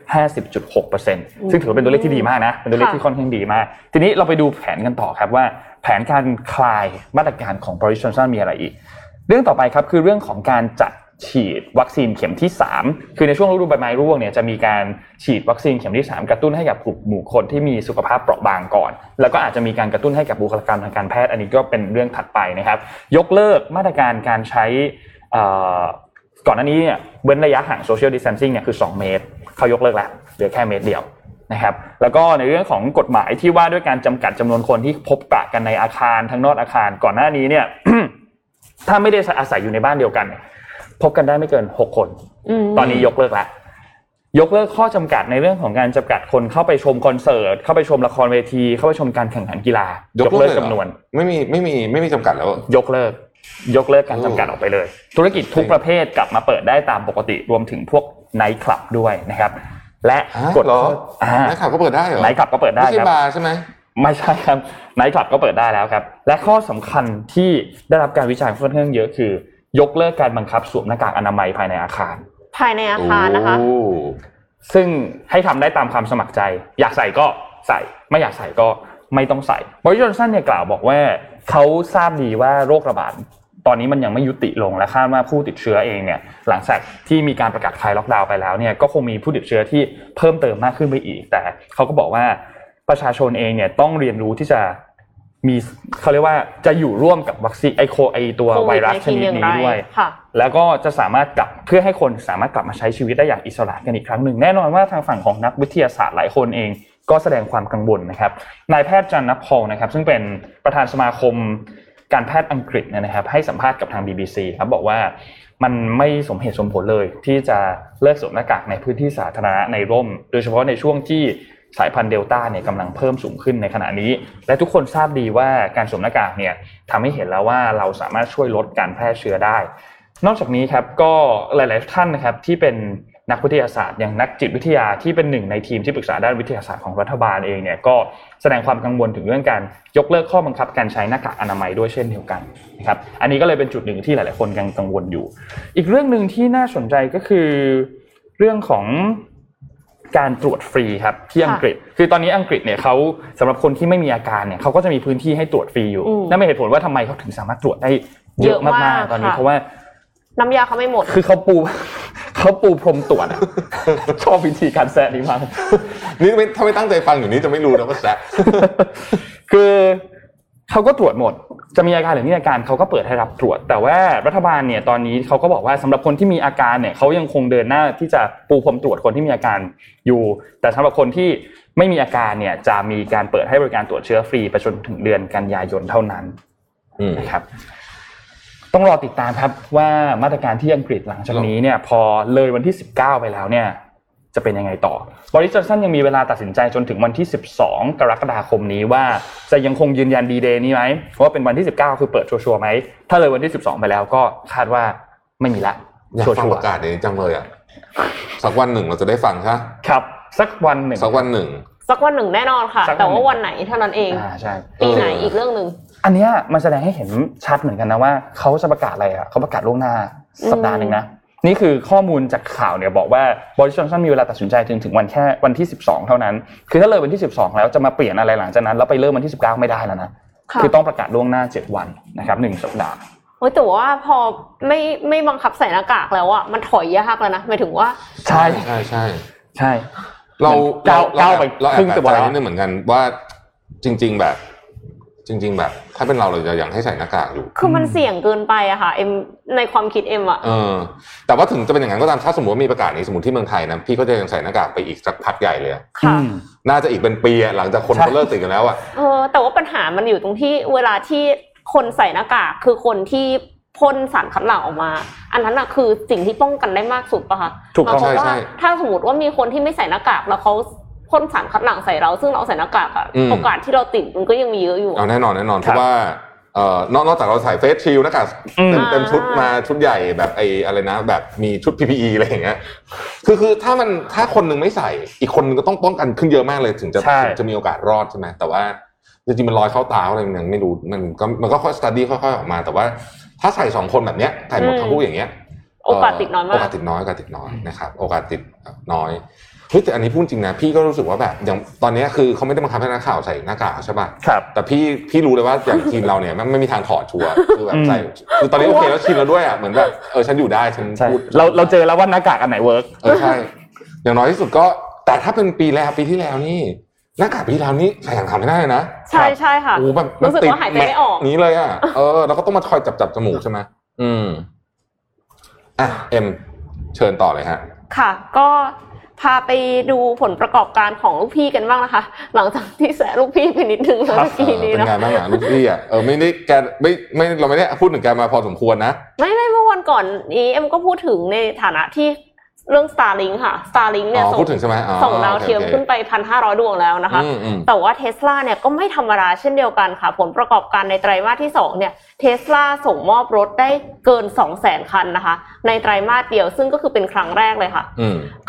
ห้าสิบจุดหกเปอร์เซ็นต์ ซึ่งถือว่าเป็นตัวเลขที่ดีมากนะเป็นตัวเลขที่ค่อนข้างดีมากทีนี้เราไปดูแผนกันต่อครับว่าแผนการคลายมาตรการของ Boris Johnson มีอะไรอีกเรื่องต่อไปครับคือเรื่องของการจัดฉีดวัคซีนเข็มที่สามคือในช่วงฤดูใบไม้ร่วงเนี่ยจะมีการฉีดวัคซีนเข็มที่สามกระตุ้นให้กับกลุ่มหมู่คนที่มีสุขภาพเปราะบางก่อนแล้วก็อาจจะมีการกระตุ้นให้กับบุคลากรทางการแพทย์อันนี้ก็เป็นเรื่องถัดไปนะครับยกเลิกมาตรการการใช้ก่อนหน้านี้เนี่ยเว้นระยะห่าง social distancing เนี่ยคือสองเมตรเขายกเลิกแล้วเหลือแค่เมตรเดียวนะครับแล้วก็ในเรื่องของกฎหมายที่ว่าด้วยการจำกัดจำนวนคนที่พบปะกันในอาคารทั้งนอกอาคารก่อนหน้านี้เนี่ย ถ้าไม่ได้อาศัยอยู่ในบ้านเดียวกันพบกันได้ไม่เกินหกคนตอนนี้ยกเลิกแล้วยกเลิกข้อจำกัดในเรื่องของการจำกัดคนเข้าไปชมคอนเสิร์ตเข้าไปชมละครเวทีเข้าไปชมการแข่งขันกีฬายกเลิกจำนวนไม่มีไม่มีไม่มีจำกัดแล้วยกเลิกยกเลิกการจำกัดออกไปเลยธุรกิจทุกประเภทกลับมาเปิดได้ตามปกติรวมถึงพวกไนท์คลับด้วยนะครับและกฎไนท์คลับก็เปิดได้เหรอไนท์คลับก็เปิดได้ครับไม่ใช่บาร์ใช่ไหมไม่ใช่ครับไนท์คลับก็เปิดได้แล้วครับและข้อสำคัญที่ได้รับการวิจารณ์ค่อนข้างเยอะคือยกเลิกการบังคับสวมหน้ากากอนามัยภายในอาคารภายในอาคารนะคะซึ่งให้ทำได้ตามความสมัครใจอยากใส่ก็ใส่ไม่อยากใส่ก็ไม่ต้องใส่บริจอนสันเนี่ยกล่าวบอกว่าเขาทราบดีว่าโรคระบาดตอนนี้มันยังไม่ยุติลงและคาดว่าผู้ติดเชื้อเองเนี่ยหลังจากที่มีการประกาศคลายล็อกดาวน์ไปแล้วเนี่ยก็คงมีผู้ติดเชื้อที่เพิ่มเติมมากขึ้นไปอีกแต่เขาก็บอกว่าประชาชนเองเนี่ยต้องเรียนรู้ที่จะมีเขาเรียกว่าจะอยู่ร่วมกับวัคซีนไอโคไอตัวไวรัสชนิดนี้ด้วยแล้วก็จะสามารถกลับเพื่อให้คนสามารถกลับมาใช้ชีวิตได้อย่างอิสระกันอีกครั้งหนึ่งแน่นอนว่าทางฝั่งของนักวิทยาศาสตร์หลายคนเองก็แสดงความกังวลนะครับนายแพทย์จันนพอลนะครับซึ่งเป็นประธานสมาคมการแพทย์อังกฤษนะครับให้สัมภาษณ์กับทาง บี บี ซี ครับบอกว่ามันไม่สมเหตุสมผลเลยที่จะเลิกสวมหน้ากากในพื้นที่สาธารณะในร่มโดยเฉพาะในช่วงที่สายพันธุ์เดลต้าเนี่ยกำลังเพิ่มสูงขึ้นในขณะนี้และทุกคนทราบดีว่าการสวมหน้ากากเนี่ยทำให้เห็นแล้วว่าเราสามารถช่วยลดการแพร่เชื้อได้นอกจากนี้ครับก็หลายๆท่านนะครับที่เป็นนักวิทยาศาสตร์อย่างนักจิตวิทยาที่เป็นหนึ่งในทีมที่ปรึกษาด้านวิทยาศาสตร์ของรัฐบาลเองเนี่ยก็แสดงความกังวลถึงเรื่องการยกเลิกข้อบังคับการใช้หน้ากากอนามัยด้วยเช่นเดียวกันนะครับอันนี้ก็เลยเป็นจุดหนึ่งที่หลายๆคนยังกังวลอยู่อีกเรื่องนึงที่น่าสนใจก็คือเรื่องของการตรวจฟรีครับที่อังกฤษคือตอนนี้อังกฤษเนี่ยเขาสำหรับคนที่ไม่มีอาการเนี่ยเขาก็จะมีพื้นที่ให้ตรวจฟรีอยู่นั่นเป็นเหตุผลว่าทำไมเขาถึงสามารถตรวจได้เยอะมากๆตอนนี้เพราะว่าน้ำยาเขาไม่หมดคือเขาปูเขาปูพรมตรวจอ่ะชอบวิธีการแซะนี้มากนี่ไม่ถ้าไม่ตั้งใจฟังอยู่นี้จะไม่รู้นะว่าแซะคือเขาก็ตรวจหมดจะมีอาการหรือไม่มีอาการเขาก็เปิดให้รับตรวจแต่ว่ารัฐบาลเนี่ยตอนนี้เขาก็บอกว่าสำหรับคนที่มีอาการเนี่ยเขายังคงเดินหน้าที่จะปูพรมตรวจคนที่มีอาการอยู่แต่สำหรับคนที่ไม่มีอาการเนี่ยจะมีการเปิดให้บริการตรวจเชื้อฟรีไปจนถึงเดือนกันยายนเท่านั้นนะครับต้องรอติดตามครับว่ามาตรการที่อังกฤษหลังจากนี้เนี่ยพอเลยวันที่สิบเก้าไปแล้วเนี่ยจะเป็นยังไงต่อบริจอนสันยังมีเวลาตัดสินใจจนถึงวันที่สิบสองกรกฎาคมนี้ว่าจะยังคงยืนยันดีเดย์นี้ไหมเพราะว่าเป็นวันที่สิบเก้าคือเปิดชัวร์ๆไหมถ้าเลยวันที่สิบสองไปแล้วก็คาดว่าไม่มีละชัวร์ๆประกาศนี้จังเลยอ่ะสักวันหนึ่งเราจะได้ฟังใช่มั้ยครับสักวันหนึ่งสักวันหนึ่งสักวันหนึ่งแน่นอนค่ะแต่ว่าวันไหนเท่านั้นเองอ่าใช่ปีไหนอีกเรื่องนึงอันเนี้ยมันแสดงให้เห็นชัดเหมือนกันนะว่าเขาจะประกาศอะไรอ่ะเขาประกาศล่วงหน้าสัปดาห์นึงนะนี่คือข้อมูลจากข่าวเนี่ยบอกว่าบริจอนสันมีเวลาตัดสินใจถึงถึงวันแค่วันที่สิบสองเท่านั้นคือถ้าเลยวันที่สิบสองแล้วจะมาเปลี่ยนอะไรหลังจากนั้นแล้วไปเริ่มวันที่สิบเก้าไม่ได้แล้วนะคือต้องประกาศล่วงหน้าเจ็ดวันนะครับหนึ่งสัปดาห์โอ้ยแต่ว่าพอไม่ไม่บังคับใส่หน้ากากแล้วอ่ะมันถอยยากแล้วนะหมายถึงว่าใช่ใช่ใช่ใช่เราก้าวก้าวไปครึ่งตัวแล้วนี่เหมือนกันว่าจริงๆแบบจริงๆแบบถ้าเป็นเราเราจะยังให้ใส่หน้ากากอยู่คือมันเสี่ยงเกินไปอะค่ะเอ็มในความคิดเอ็มอะเออแต่ว่าถึงจะเป็นอย่างนั้นก็ตามถ้าสมมติว่ามีประกาศนี้สมมติที่เมืองไทยนะพี่ก็จะยังใส่หน้ากากไปอีกสักพักใหญ่เลยค่ะน่าจะอีกเป็นปีหลังจากคนเขาเลิกติดกันแล้วอะเออแต่ว่าปัญหามันอยู่ตรงที่เวลาที่คนใส่หน้ากากคือคนที่พ่นสารคัดหลั่งออกมาอันนั้นอะคือสิ่งที่ป้องกันได้มากสุดป่ะคะถูกต้องใช่ๆถ้าสมมติว่ามีคนที่ไม่ใส่หน้ากากแล้วเขาพ่นสารคัดหลั่งใส่เราซึ่งเราใส่หน้ากากอะโอกาสที่เราติดมันก็ยังมีเยอะอยู่เอาแน่นอนแน่นอนเพราะว่าเอ่อนอกจากเราใส่เฟสชิลด์หน้ากากเต็มเต็มชุดมาชุดใหญ่แบบไอ้อะไรนะแบบมีชุด พี พี อี อะไรอย่างเงี้ยคือคือถ้ามันถ้าคนนึงไม่ใส่อีกคนนึงก็ต้องป้องกันขึ้นเยอะมากเลยถึงจะจะมีโอกาสรอดใช่ไหมแต่ว่าจริงๆมันลอยเข้าตาอะไรมันยังไม่รู้มันก็มันก็ค่อยสตั๊ดดี้ค่อยๆออกมาแต่ว่าถ้าใส่สองคนแบบเนี้ยใส่หมดทั้งคู่อย่างเงี้ยโอกาสติดน้อยมากโอกาสติดน้อยโอกาสติดน้อยนะครับโอกาสติดน้อยฮ้ยแต่อันนี้พูดจริงนะพี่ก็รู้สึกว่าแบบอย่างตอนนี้คือเขาไม่ได้บังคับให้นักข่าวใส่หน้ากากใช่ป่ะครับแต่พี่พี่รู้เลยว่าอย่างทีมเราเนี่ยไม่มีทางถอดชัวร์คือแบบใส่คือตอนนี้โอเคแล้วชินแล้วด้วยอ่ะเหมือนแบบเออฉันอยู่ได้ฉันพูดเราเราเจอแล้วว่าหน้ากากอันไหนเวิร์กเออใช่อย่างน้อยที่สุดก็แต่ถ้าเป็นปีแล้วปีที่แล้วนี่หน้ากากปีที่แล้วนี่ใส่อย่างทำไม่ได้นะใช่ใช่ค่ะโอ้แบบรู้สึกว่าหายใจไม่ออกนี้เลยอ่ะเออเราก็ต้องมาคอยจับจับจมูกใช่ไหมอืมอ่ะเอ็มเชิญต่อเลยฮะค่ะก็พาไปดูผลประกอบการของลูกพี่กันบ้างนะคะหลังจากที่แสลูกพี่ไปนิดนึงเมื่อกี้นี้นะเป็นไงบ้างอ่ะลูกพี่อ่ะเออไม่ได้แกไม่ไม่เราไม่ได้พูดถึงแกมาพอสมควรนะไม่ไม่เมื่อวันก่อนนี้เอ็มก็พูดถึงในฐานะที่เรื่อง Starlink ค่ะ Starlink เนี่ยส่งส่งดาวเทียมขึ้นไป หนึ่งพันห้าร้อย ดวงแล้วนะคะแต่ว่า Tesla เนี่ยก็ไม่ธรรมดาเช่นเดียวกันค่ะผลประกอบการในไตรมาสที่สองเนี่ย Tesla ส่งมอบรถได้เกิน สองแสน คันนะคะในไตรมาสเดียวซึ่งก็คือเป็นครั้งแรกเลยค่ะก็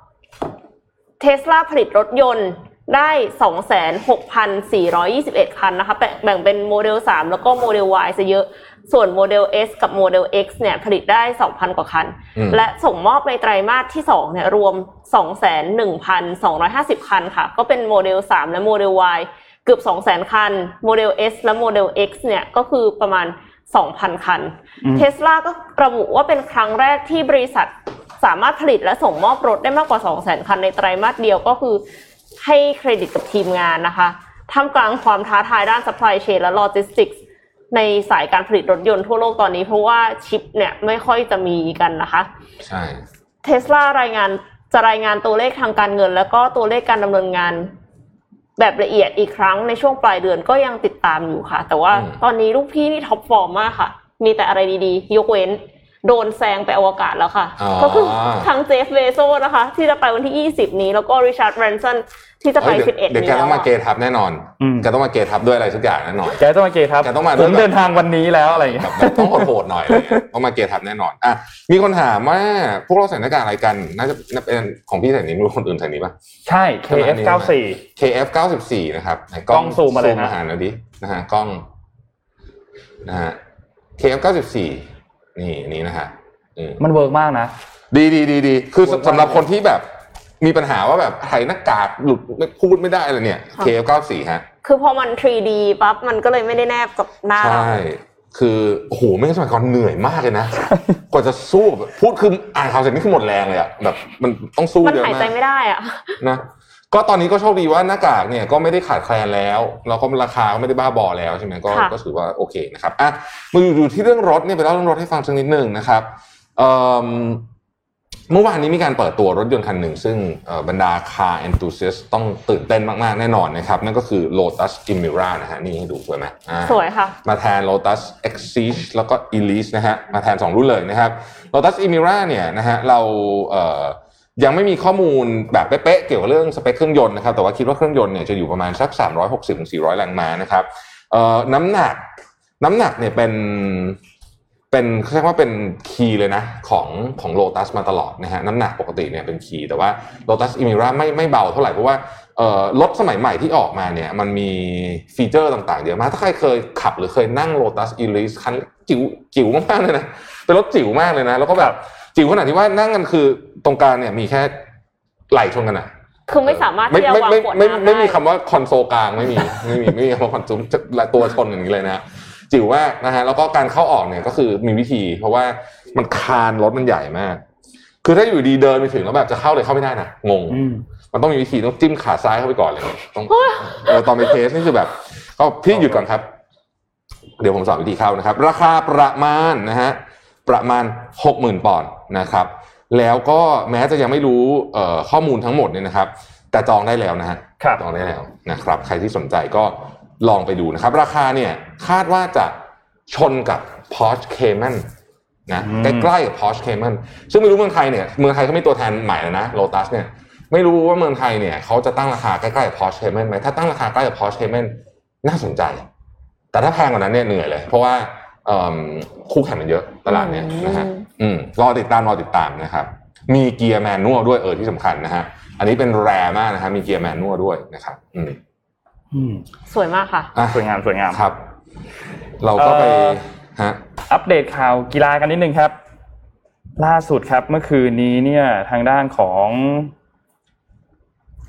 Tesla ผลิตรถยนต์ได้ สองแสนหกพันสี่ร้อยยี่สิบเอ็ด คันนะคะแบ่งเป็นโมเดลสามแล้วก็โมเดล Y ซะเยอะส่วนโมเดล S กับโมเดล X เนี่ยผลิตได้ สองพัน กว่าคันและส่งมอบในไตรมาสที่สองเนี่ยรวม สองแสนหนึ่งพันสองร้อยห้าสิบ คันค่ะก็เป็นโมเดลสามและโมเดล Y เกือบ สองแสน คันโมเดล S และโมเดล X เนี่ยก็คือประมาณ สองพัน คัน Tesla ก็ระบุว่าเป็นครั้งแรกที่บริษัทสามารถผลิตและส่งมอบรถได้มากกว่า สองแสน คันในไตรมาสเดียวก็คือให้เครดิตกับทีมงานนะคะท่ามกลางความท้าทายด้าน supply chain และ logistics ในสายการผลิตรถยนต์ทั่วโลกตอนนี้เพราะว่าชิปเนี่ยไม่ค่อยจะมีกันนะคะใช่ Tesla รายงานจะรายงานตัวเลขทางการเงินแล้วก็ตัวเลขการดำเนินงานแบบละเอียดอีกครั้งในช่วงปลายเดือนก็ยังติดตามอยู่ค่ะแต่ว่าตอนนี้ลูกพี่นี่ท็อปฟอร์มมากค่ะมีแต่อะไรดีๆยกเว้นโดนแซงไปอวกาศแล้วค่ะก็คือทั้งเจฟเบโซสนะคะที่จะไปวันที่ยี่สิบนี้แล้วก็ริชาร์ดแบรนสันที่จะไปสิบเอ็ดนี้เดี๋ยวแกต้องมาเกทับแน่นอนแกต้องมาเกทับด้วยอะไรสักอย่างแน่นอนแกต้องมาเกทับแกต้องมาเดินทางวันนี้แล้วอะไรอย่างเงี้ยต้องโหดๆหน่อยเลยต้องมาเกทับแน่นอนอ่ะมีคนถามว่าพวกเราใส่หน้ากากอะไรกันน่าจะเป็นของพี่ใส่นี้ไม่รู้คนอื่นใส่นี้ป่ะใช่ เค เอฟ เก้าสิบสี่เค เอฟ เก้าสิบสี่นะครับกล้องซูมมาเลยนะมาหาหน่อยดินะฮะกล้องนะฮะ เค เอฟ เก้าสิบสี่นี่นี่นะฮะมันเวิร์กมากนะดีดีดีดีคือสำหรับคนที่แบบมีปัญหาว่าแบบใส่หน้ากากหลุดไม่พูดไม่ได้อะไรเนี่ย เค เอฟ เก้าสิบสี่ ฮะคือพอมัน ทรี ดี ปั๊บมันก็เลยไม่ได้แนบกับหน้าใช่คือโอ้โหไม่ใช่สมัยก่อนเหนื่อยมากเลยนะกว่าจะสู้พูดคืออ่านข่าวเสร็จนี่คือหมดแรงเลยอะแบบมันต้องสู้เยอะมากมันหายใจไม่ได้อะนะก็ตอนนี้ก็โชคดีว่าหน้ากากเนี่ยก็ไม่ได้ขาดแคลนแล้วแล้วก็ราคาก็ไม่ได้บ้าบอแล้วใช่ไหมก็ก็ถือว่าโอเคนะครับอ่ะมาอยู่ที่เรื่องรถเนี่ยไปเล่าเรื่องรถให้ฟังสักนิดนึงนะครับเอ่อเมื่อวานนี้มีการเปิดตัวรถยนต์คันหนึ่งซึ่งบรรดา car enthusiast ต้องตื่นเต้นมากๆแน่นอนนะครับนั่นก็คือ Lotus Emira นะฮะนี่ให้ดูสวยไหมสวยค่ะมาแทน Lotus Exige แล้วก็ Elise นะฮะมาแทนสองรุ่นเลยนะครับ Lotus Emira เนี่ยนะฮะเราเอ่อยังไม่มีข้อมูลแบบเป๊ะๆเกี่ยวกับเรื่องสเปคเครื่องยนต์นะครับแต่ว่าคิดว่าเครื่องยนต์เนี่ยจะอยู่ประมาณสักสามร้อยหกสิบถึงสี่ร้อยแรงม้านะครับเอ่อน้ำหนักน้ำหนักเนี่ยเป็นเป็นเรียกว่าเป็นคีย์เลยนะของของ Lotus มาตลอดนะฮะน้ำหนักปกติเนี่ยเป็นคีย์แต่ว่า Lotus Emira ไม่ไม่เบาเท่าไหร่เพราะว่าเอ่อรถสมัยใหม่ที่ออกมาเนี่ยมันมีฟีเจอร์ต่างๆเยอะมากถ้าใครเคยขับหรือเคยนั่ง Lotus Elise คันจิ๋วจิ๋วมากๆเลยนะเป็นรถจิ๋วมากเลยนะแล้วก็แบบจิ๋วขนาดที่ว่านั่งกันคือตรงกลางเนี่ยมีแค่ไหล่ชนกันนะคือไม่สามารถที่จะวางขวดน้ำได้ไม่ไม่มีคำว่าคอนโซลกลางไม่มีไม่มีไม่มีคำว่าคอนโซลตัวชนอย่างนี้เลยนะจิ๋วมากนะฮะแล้วก็การเข้าออกเนี่ยก็คือมีวิธีเพราะว่ามันคานรถมันใหญ่มากคือถ้าอยู่ดีเดินไปถึงแล้วแบบจะเข้าเลยเข้าไม่ได้นะงงมันต้องมีวิธีต้องจิ้มขาซ้ายเข้าไปก่อนเลยต้องเออตอนไปเทสนี่คือแบบก็พี่หยุดก่อนครับเดี๋ยวผมสอนวิธีเข้านะครับราคาประมาณนะฮะประมาณ หกหมื่น ปอนด์นะครับแล้วก็แม้จะยังไม่รู้เอ่อข้อมูลทั้งหมดเนี่ยนะครับแต่จองได้แล้วนะฮะจองได้แล้วนะครับใครที่สนใจก็ลองไปดูนะครับราคาเนี่ยคาดว่าจะชนกับ Porsche Cayman นะใกล้ๆกับ Porsche Cayman ซึ่งไม่รู้เมืองไทยเนี่ยเมืองไทยเขาไม่ตัวแทนใหม่แล้วนะ Lotus เนี่ยไม่รู้ว่าเมืองไทยเนี่ยเขาจะตั้งราคาใกล้ๆกับ Porsche Cayman ไหมถ้าตั้งราคาใกล้กับ Porsche Cayman น่าสนใจแต่ถ้าแพงกว่านั้นเนี่ยเหนื่อยเลยเพราะว่าคู่แข่งมันเยอะตลาดเนี่ยนะฮะอืมรอติดตามรอติดตามนะครับมีเกียร์แมนนวลด้วยเออที่สำคัญนะฮะอันนี้เป็นแรร์มากนะฮะมีเกียร์แมนนวลด้วยนะครับอืมสวยมากค่ะสวยงามสวยงามครับเราก็ไปฮะอัปเดตข่าวกีฬากันนิดนึงครับล่าสุดครับเมื่อคืนนี้เนี่ยทางด้านของ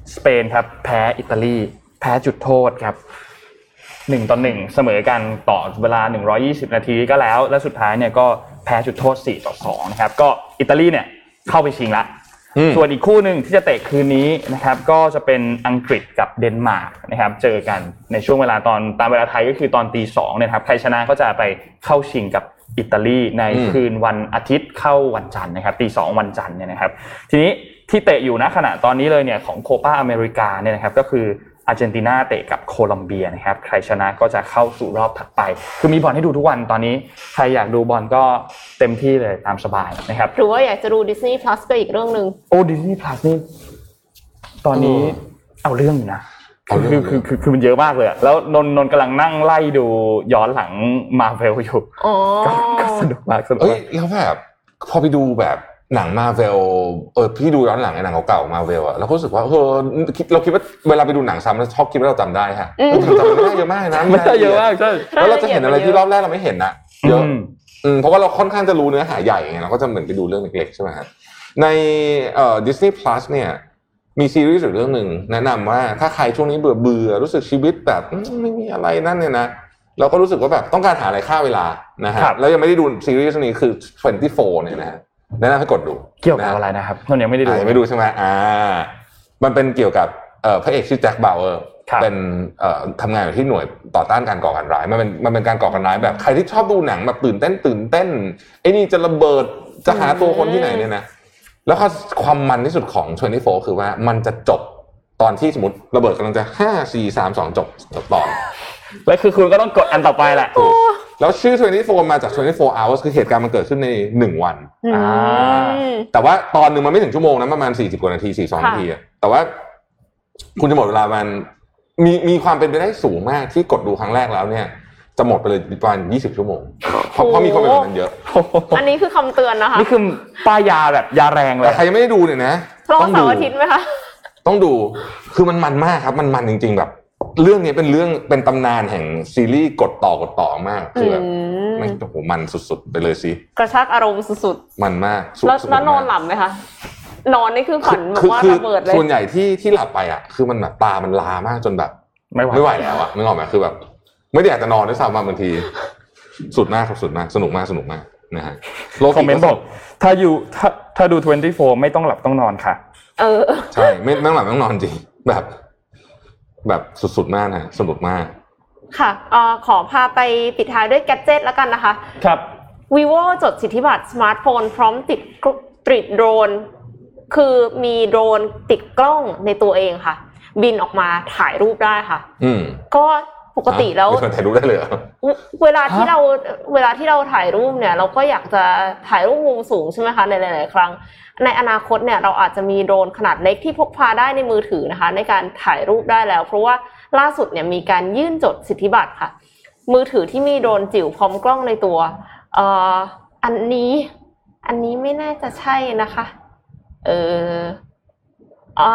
สเปนครับแพ้อิตาลีแพ้จุดโทษครับหนึ่งต่อหนึ่งเสมอกันต่อเวลาหนึ่งร้อยยี่สิบนาทีก็แล้วและสุดท้ายเนี่ยก็แพ้จุดโทษสี่ต่อสองนะครับก็อิตาลีเนี่ยเข้าไปชิงละส่วนอีกคู่นึงที่จะเตะคืนนี้นะครับก็จะเป็นอังกฤษกับเดนมาร์กนะครับเจอกันในช่วงเวลาตอนตามเวลาไทยก็คือตอนตีสองเนี่ยครับใครชนะก็จะไปเข้าชิงกับอิตาลีในคืนวันอาทิตย์เข้าวันจันทร์นะครับตีสองวันจันทร์เนี่ยนะครับทีนี้ที่เตะอยู่ณขณะตอนนี้เลยเนี่ยของโคปาอเมริกาเนี่ยนะครับก็คืออาร์เจนตินาเตะกับโคลอมเบียนะครับใครชนะก็จะเข้าสู่รอบถัดไปคือมีบอลให้ดูทุกวันตอนนี้ใครอยากดูบอลก็เต็มที่เลยตามสบายนะครับหรือว่าอยากจะดู Disney Plus ก็อีกเรื่องนึงโอ้ Disney Plus นี่ตอนนี้เอาเรื่องอยู่นะคือคือคือคือมันเยอะมากเลยแล้วนนนนกำลังนั่งไล่ดูย้อนหลัง Marvel อยู่อ๋อก็สนุกมากสนุกเอ้ยแล้วแบบพอไปดูแบบหนัง Marvel เออพี่ดูย้อนหลังไอ้หนังเก่าๆ Marvel อ่ะเราก็รู้สึกว่าเออเราคิดว่าเวลาไปดูหนังซ้ำเราชอบคิดว่าเราจำได้ฮะเราจำไม่ได้เยอะมากนะไม่ได้เยอะมากใช่แล้วเราจะเห็นอะไรที่รอบแรกเราไม่เห็นนะเยอะอืมเพราะว่าเราค่อนข้างจะรู้เนื้อหาใหญ่ไงเราก็จะเหมือนไปดูเรื่องเล็กๆใช่ไหมฮะในเอ่อ Disney Plus เนี่ยมีซีรีส์อยู่เรื่องนึงแนะนำว่าถ้าใครช่วงนี้เบื่อเบื่อรู้สึกชีวิตแบบไม่มีอะไรนั่นเนี่ยนะเราก็รู้สึกว่าแบบต้องการหาอะไรฆ่าเวลานะฮะแล้วยังไม่ได้ดูซีรีส์นี้คือยี่สิบสี่เนี่ยนะแนะนำให้กดดูเกี่ยวกับอะไรนะครับนนยังไม่ได้ดูยังไม่ดูใช่ไหมอ่ามันเป็นเกี่ยวกับเอ่อพระเอกชื่อแจ็คบาวเวอร์เป็นเอ่อทำงานอยู่ที่หน่วยต่อต้านการก่อการร้ายมันเป็นมันเป็นการก่อการร้ายแบบใครที่ชอบดูหนังแบบตื่นเต้นตื่นเต้นไอ้นี่จะระเบิดจะหาตัวคนที่ไหนเนี่ยนะแล้วความมันที่สุดของยี่สิบสี่คือว่ามันจะจบตอนที่สมมติระเบิดกำลังจะห้า สี่ สาม สองจบจบตอนแล้วคือคุณก็ต้องกดอันต่อไปแหละแล้วชื่อยี่สิบสี่มาจากยี่สิบสี่ hours คือเหตุการณ์มันเกิดขึ้นในหนึ่งวันอ่าแต่ว่าตอนนึงมันไม่ถึงชั่วโมงนะประมาณสี่สิบกว่านาทีสี่สิบสองนาทีอ่ะแต่ว่าคุณจะหมดเวลามันมีมีความเป็นไปได้สูงมากที่กดดูครั้งแรกแล้วเนี่ยจะหมดไปเลยประมาณยี่สิบชั่วโมงเพราะเพราะมีคนเป็นแบบนั้นเยอะอันนี้คือคำเตือนนะคะนี่คือป้ายยาแบบยาแรงเลยแต่ใครยังไม่ได้ดูเนี่ยนะต้องดูเสาร์อาทิตย์มั้ยคะต้องดูคือมันมันมากครับมันมันจริงๆแบบเรื่องนี้เป็นเรื่องเป็นตำนานแห่งซีรีส์กดต่อกดต่อมากคือแบบมันโอ้โหมันสุดๆไปเลยสิกระชากอารมณ์สุดๆมันมากแล้วแล้วนอนหลับไหมคะนอนนี่คือฝันแบบว่าระเบิดเลยส่วนใหญ่ที่ที่หลับไปอ่ะคือมันแบบตามันล้ามากจนแบบไม่ไหวไม่ไหวแล้วอ่ะนึกออกไหมคือแบบไม่ได้อยากจะนอนด้วยซ้ำบางทีสุดมากสุดมากสนุกมากสนุกมากนะฮะโลคอมเมนต์บอกถ้าอยู่ถ้าถ้าดูยี่สิบสี่ไม่ต้องหลับต้องนอนค่ะเออใช่ไม่ต้องหลับต้องนอนจริงแบบแบบสุดๆมากนะสนุกมากค่ะเอ่อขอพาไปปิดท้ายด้วยแกดเจ็ตแล้วกันนะคะครับ Vivo จดสิทธิบัตรสมาร์ทโฟนพร้อมติดติดโดรนคือมีโดรนติดกล้องในตัวเองค่ะบินออกมาถ่ายรูปได้ค่ะอืมก็ปกติแล้วถ่ายรูปได้เลยเหรอเวลาที่เราเวลาที่เราถ่ายรูปเนี่ยเราก็อยากจะถ่ายรูปมุมสูงใช่ไหมคะในหลายๆครั้งในอนาคตเนี่ยเราอาจจะมีโดรนขนาดเล็กที่พกพาได้ในมือถือนะคะในการถ่ายรูปได้แล้วเพราะว่าล่าสุดเนี่ยมีการยื่นจดสิทธิบัตรค่ะมือถือที่มีโดรนจิ๋วพร้อมกล้องในตัวเอ่ออันนี้อันนี้ไม่น่าจะใช่นะคะเอออ๋อ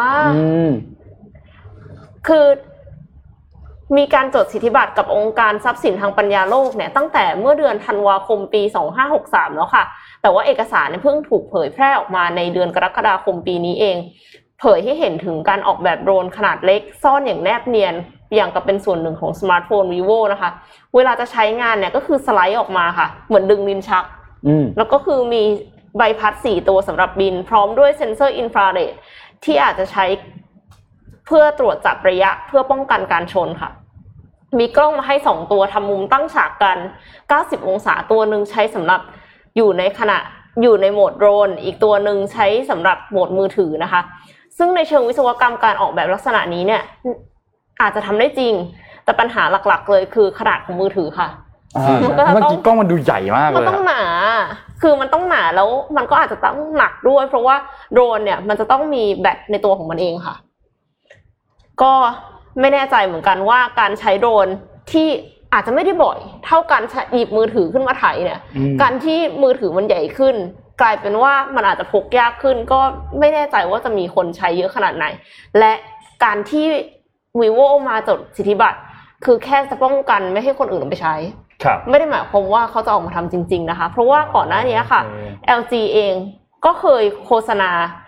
คือมีการจดสิทธิบัตรกับองค์การทรัพย์สินทางปัญญาโลกเนี่ยตั้งแต่เมื่อเดือนธันวาคมปีสองพันห้าร้อยหกสิบสามแล้วค่ะแต่ว่าเอกสารเนี่ยเพิ่งถูกเผยแพร่ออกมาในเดือนกรกฎาคมปีนี้เองเผยให้เห็นถึงการออกแบบโดรนขนาดเล็กซ่อนอย่างแนบเนียนอย่างกับเป็นส่วนหนึ่งของสมาร์ทโฟน Vivo นะคะเวลาจะใช้งานเนี่ยก็คือสไลด์ออกมาค่ะเหมือนดึงลิ้นชักแล้วก็คือมีใบพัดสี่ตัวสำหรับบินพร้อมด้วยเซ็นเซอร์อินฟราเรดที่อาจจะใช้เพื่อตรวจจับระยะเพื่อป้องกันการชนค่ะมีกล้องมาให้สองตัวทำมุมตั้งฉากกันเก้าสิบองศาตัวนึงใช้สำหรับอยู่ในขณะอยู่ในโหมดโดรนอีกตัวนึงใช้สำหรับโหมดมือถือนะคะซึ่งในเชิงวิศวกรรมการออกแบบลักษณะนี้เนี่ยอาจจะทำได้จริงแต่ปัญหาหลักๆเลยคือขนาดของมือถือค่ะมันก็เมื่อกี้กล้องมันดูใหญ่มากเลยมันต้องหนาคือมันต้องหนาแล้วมันก็อาจจะต้องหนักด้วยเพราะว่าโดรนเนี่ยมันจะต้องมีแบตในตัวของมันเองค่ะก็ไม่แน่ใจเหมือนกันว่าการใช้โดรนที่อาจจะไม่ได้บ่อยเท่าการหยิบมือถือขึ้นมาถ่ายเนี่ยการที่มือถือมันใหญ่ขึ้นกลายเป็นว่ามันอาจจะพกยากขึ้นก็ไม่แน่ใจว่าจะมีคนใช้เยอะขนาดไหนและการที่ Vivo มาจดสิทธิบัตรคือแค่จะป้องกันไม่ให้คนอื่นไปใช้ไม่ได้หมายความว่าเขาจะออกมาทำจริงๆนะคะเพราะว่าก่อนหน้านี้ค่ะ แอล จี เองก็เคยโฆษณา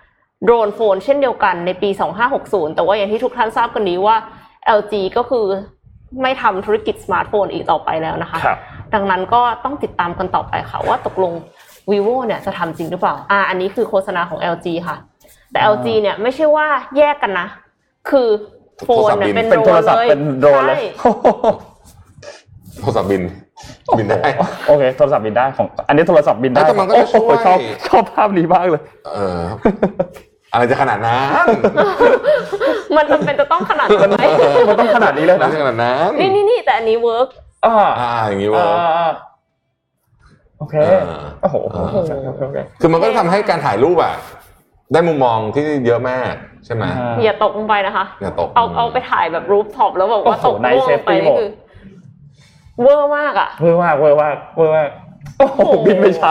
โดรนโฟนเช่นเดียวกันในปีสองพันห้าร้อยหกสิบแต่ว่าอย่างที่ทุกท่านทราบกันดีว่า แอล จี ก็คือไม่ทำธุรกิจสมาร์ทโฟนอีกต่อไปแล้วนะคะดังนั้นก็ต้องติดตามกันต่อไปค่ะว่าตกลง vivo เนี่ยจะทำจริงหรือเปล่าอ่าอันนี้คือโฆษณาของ แอล จี ค่ะแต่ แอล จี เนี่ยไม่ใช่ว่าแยกกันนะคือโฟนเนี่ยเป็นโดรนเลยเป็นโดรนเลยโทรศัพท์บินบินได้โอเคโทรศัพท์บินได้ของอันนี้โทรศัพท์บินได้แต่มันก็จะช่วยชอบชอบภาพนี้มากเลยเอออะไรจะขนาดนั้นมันจำเป็นจะต้องขนาดนั้นไหมมันต้องขนาดนี้เลยนะขนาดนั้นนี่นี่นี่แต่อันนี้เวิร์กอ่าอ่าอย่างนี้เวิร์กโอเคโอ้โหคือมันก็ทำให้การถ่ายรูปอ่ะได้มุมมองที่เยอะมากใช่ไหมอย่าตกลงไปนะคะอย่าตกเอาเอาไปถ่ายแบบรูฟท็อปแล้วบอกว่าตกลงไปนี่คือเวอร์มากอ่ะเวอร์มากเวอร์มากเวอร์มากโอ้โหบินไม่ช้า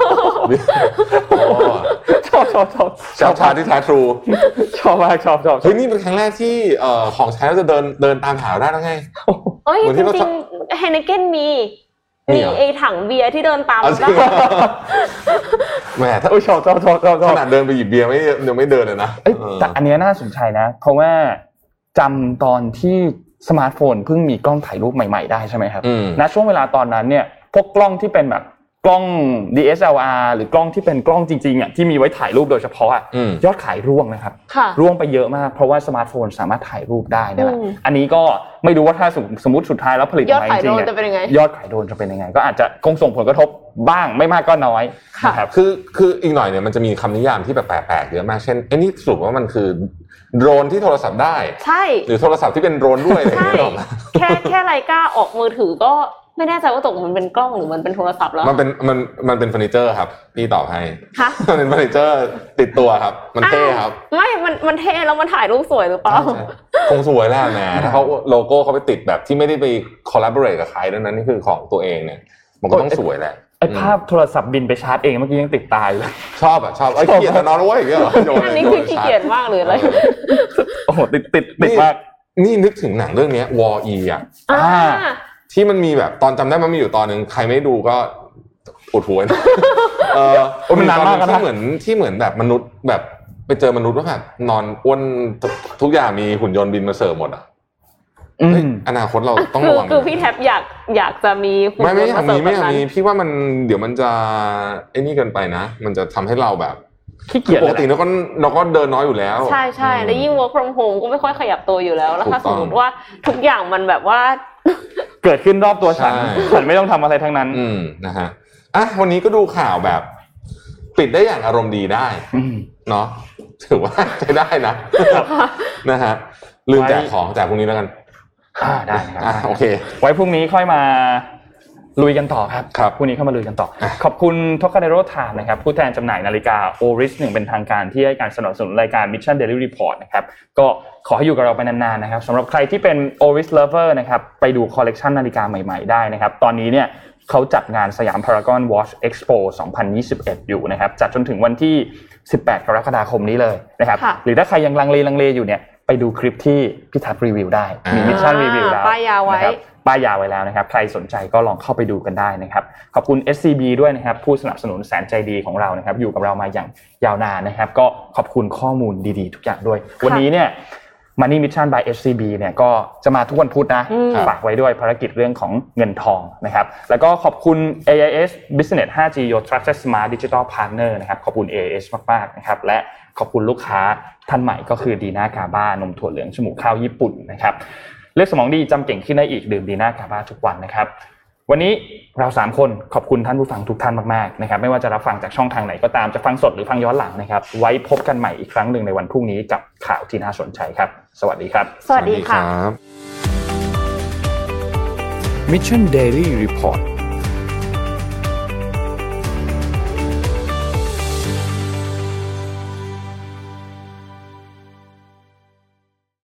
ชอบชอบชอบชอบชาที่แท้ทรูชอบมากชอบชอบเฮ้ยนี่เป็นครั้งแรกที่เอ่อของใช้เราจะเดินเดินตามหาได้แล้วไงเอ้ยจริงๆไฮเนเก้นมีมีไอ้ถังเบียร์ที่เดินตามได้แหมถ้าชอบชอบชอบชอบขนาดเดินไปหยิบเบียร์ไม่ยังไม่เดินเลยนะแต่อันนี้น่าสนใจนะเพราะว่าจำตอนที่สมาร์ทโฟนเพิ่งมีกล้องถ่ายรูปใหม่ๆได้ใช่ไหมครับณช่วงเวลาตอนนั้นเนี่ยพวกกล้องที่เป็นแบบกล้อง ดี เอส แอล อาร์ หรือกล้องที่เป็นกล้องจริงๆอ่ะที่มีไว้ถ่ายรูปโดยเฉพาะอ่ะยอดขายร่วงนะครับร่วงไปเยอะมากเพราะว่าสมาร์ทโฟนสามารถถ่ายรูปได้นี่แหละอันนี้ก็ไม่รู้ว่าถ้าสมมติสุดท้ายแล้วผลิตออกมาจริงๆยอดขายโดรนจะเป็นยังไงก็อาจจะคงส่งผลกระทบบ้างไม่มากก็น้อยนะครับคือคืออีกหน่อยเนี่ยมันจะมีคำนิยามที่แบบแปลกๆเยอะมากเช่นไอ้นี่สรุปว่ามันคือโดรนที่โทรศัพท์ได้ใช่หรือโทรศัพท์ที่เป็นโดรนด้วยอะไรอย่างเงี้ยแค่แค่ไลกาออกมือถือก็ไม่แน่ใจว่าตกมันเป็นกล้องหรือมันเป็นโทรศัพท์แล้วมันเป็นมันมันเป็นเฟอร์นิเจอร์ครับพี่ตอบให้ฮะมันเป็นเฟอร์นิเจอร์ติดตัวครับมันเท่ครับไม่มันมันเท่แล้วมันถ่ายรูปสวยหรือเปล่าคงสวยแล้วนะถ้าเขาโลโก้เขาไปติดแบบที่ไม่ได้ไปคอลลาบอเรทกับใครดังนั้นนี่คือของตัวเองเนี่ยมันก็ต้องสวยแหละไอ้ภาพโทรศัพท์บินไปชาร์จเองเมื่อกี้ยังติดตาอยู่เลยชอบอ่ะชอบไอ้เกียร์นอนไว้อย่างเงี้ยเหรออันนี้คือขี้เกียจมากเลยอะไรโอ้โหติดติดติดมากนี่นึกถึงหนังเรื่องนี้วออีอ่ะที่มันมีแบบตอนจำได้มันมีอยู่ตอนนึงใครไม่ดูก็ปวดหัวเออมันนานมากที่เหมือนที่เหมือนแบบมนุษย์แบบไปเจอมนุษย์ว่าแบบนอนอ้วนทุกอย่างมีหุ่นยนต์บินมาเสิร์ฟหมดอ่ะอนาคตเราต้องระวังคือพี่แท็บอยากอยากจะมีหุ่นยนต์มาเสิร์ฟไม่อยากมีไม่อยากมีพี่ว่ามันเดี๋ยวมันจะไอ้นี่เกินไปนะมันจะทำให้เราแบบขี้เกียจปกติเราก็เราก็เดินน้อยอยู่แล้วใช่ใช่แล้วยิ่ง work from home ก็ไม่ค่อยขยับตัวอยู่แล้วแล้วถ้าสมมติว่าทุกอย่างมันแบบว่าเกิดขึ้นรอบตัวฉันฉันไม่ต้องทำอะไรทั้งนั้นอืมนะฮะอ่ะวันนี้ก็ดูข่าวแบบปิดได้อย่างอารมณ์ดีได้เนาะถือว่าใช้ได้นะนะฮะลืมแจกของแจกพรุ่งนี้แล้วกันอ่าได้ครับอ่าโอเคไว้พรุ่งนี้ค่อยมาลุยกันต่อครับครับพรุ่งนี้เข้ามาลุยกันต่อขอบคุณทอคาเดโรไทม์นะครับผู้แทนจำหน่ายนาฬิกา Oris หนึ่งเป็นทางการที่ให้การสนับสนุนรายการ Mission Daily Report นะครับก็ขอให้อยู่กับเราไปนานๆนะครับสำหรับใครที่เป็น Oris Lover นะครับไปดูคอลเลกชันนาฬิกาใหม่ๆได้นะครับตอนนี้เนี่ยเขาจัดงานสยาม Paragon Watch Expo สองพันยี่สิบเอ็ดอยู่นะครับจัดจนถึงวันที่สิบแปดกรกฎาคมนี้เลยนะครับหรือถ้าใครยังลังเลลังเลอยู่เนี่ยไปดูคลิปที่พี่ทัศน์รีวิวได้มี Mission Review แล้วป้ายยาไว้ป้ายยาไว้แล้วนะครับใครสนใจก็ลองเข้าไปดูกันได้นะครับขอบคุณ เอส ซี บี ด้วยนะครับผู้สนับสนุนแสนใจดีของเรานะครับอยู่กับเรามาอย่างยาวนานนะครับก็ขอบคุณข้อมูลดีๆทุกอย่างด้วยวันนี้เนี่ย Money Mission by เอส ซี บี เนี่ยก็จะมาทุกวันพุธนะฝากไว้ด้วยภารกิจเรื่องของเงินทองนะครับแล้วก็ขอบคุณ เอ ไอ เอส Business ไฟว์ จี Your Trusted Smart Digital Partner นะครับขอบคุณ เอ ไอ เอส มากๆนะครับและขอบคุณลูกค้าท่านใหม่ก็คือดีน่ากาบ้านมถั่วเหลืองจมูกข้าวญี่ปุ่นนะครับเลือกสมองดีจำเก่งขึ้นได้อีกดื่มดีน่ากาบ้าทุกวันนะครับวันนี้เราสามคนขอบคุณท่านผู้ฟังทุกท่านมากๆนะครับไม่ว่าจะรับฟังจากช่องทางไหนก็ตามจะฟังสดหรือฟังย้อนหลังนะครับไว้พบกันใหม่อีกครั้งหนึ่งในวันพรุ่งนี้กับข่าวที่น่าสนใจครับสวัสดีครับสวัสดีค่ะ Mission Daily Report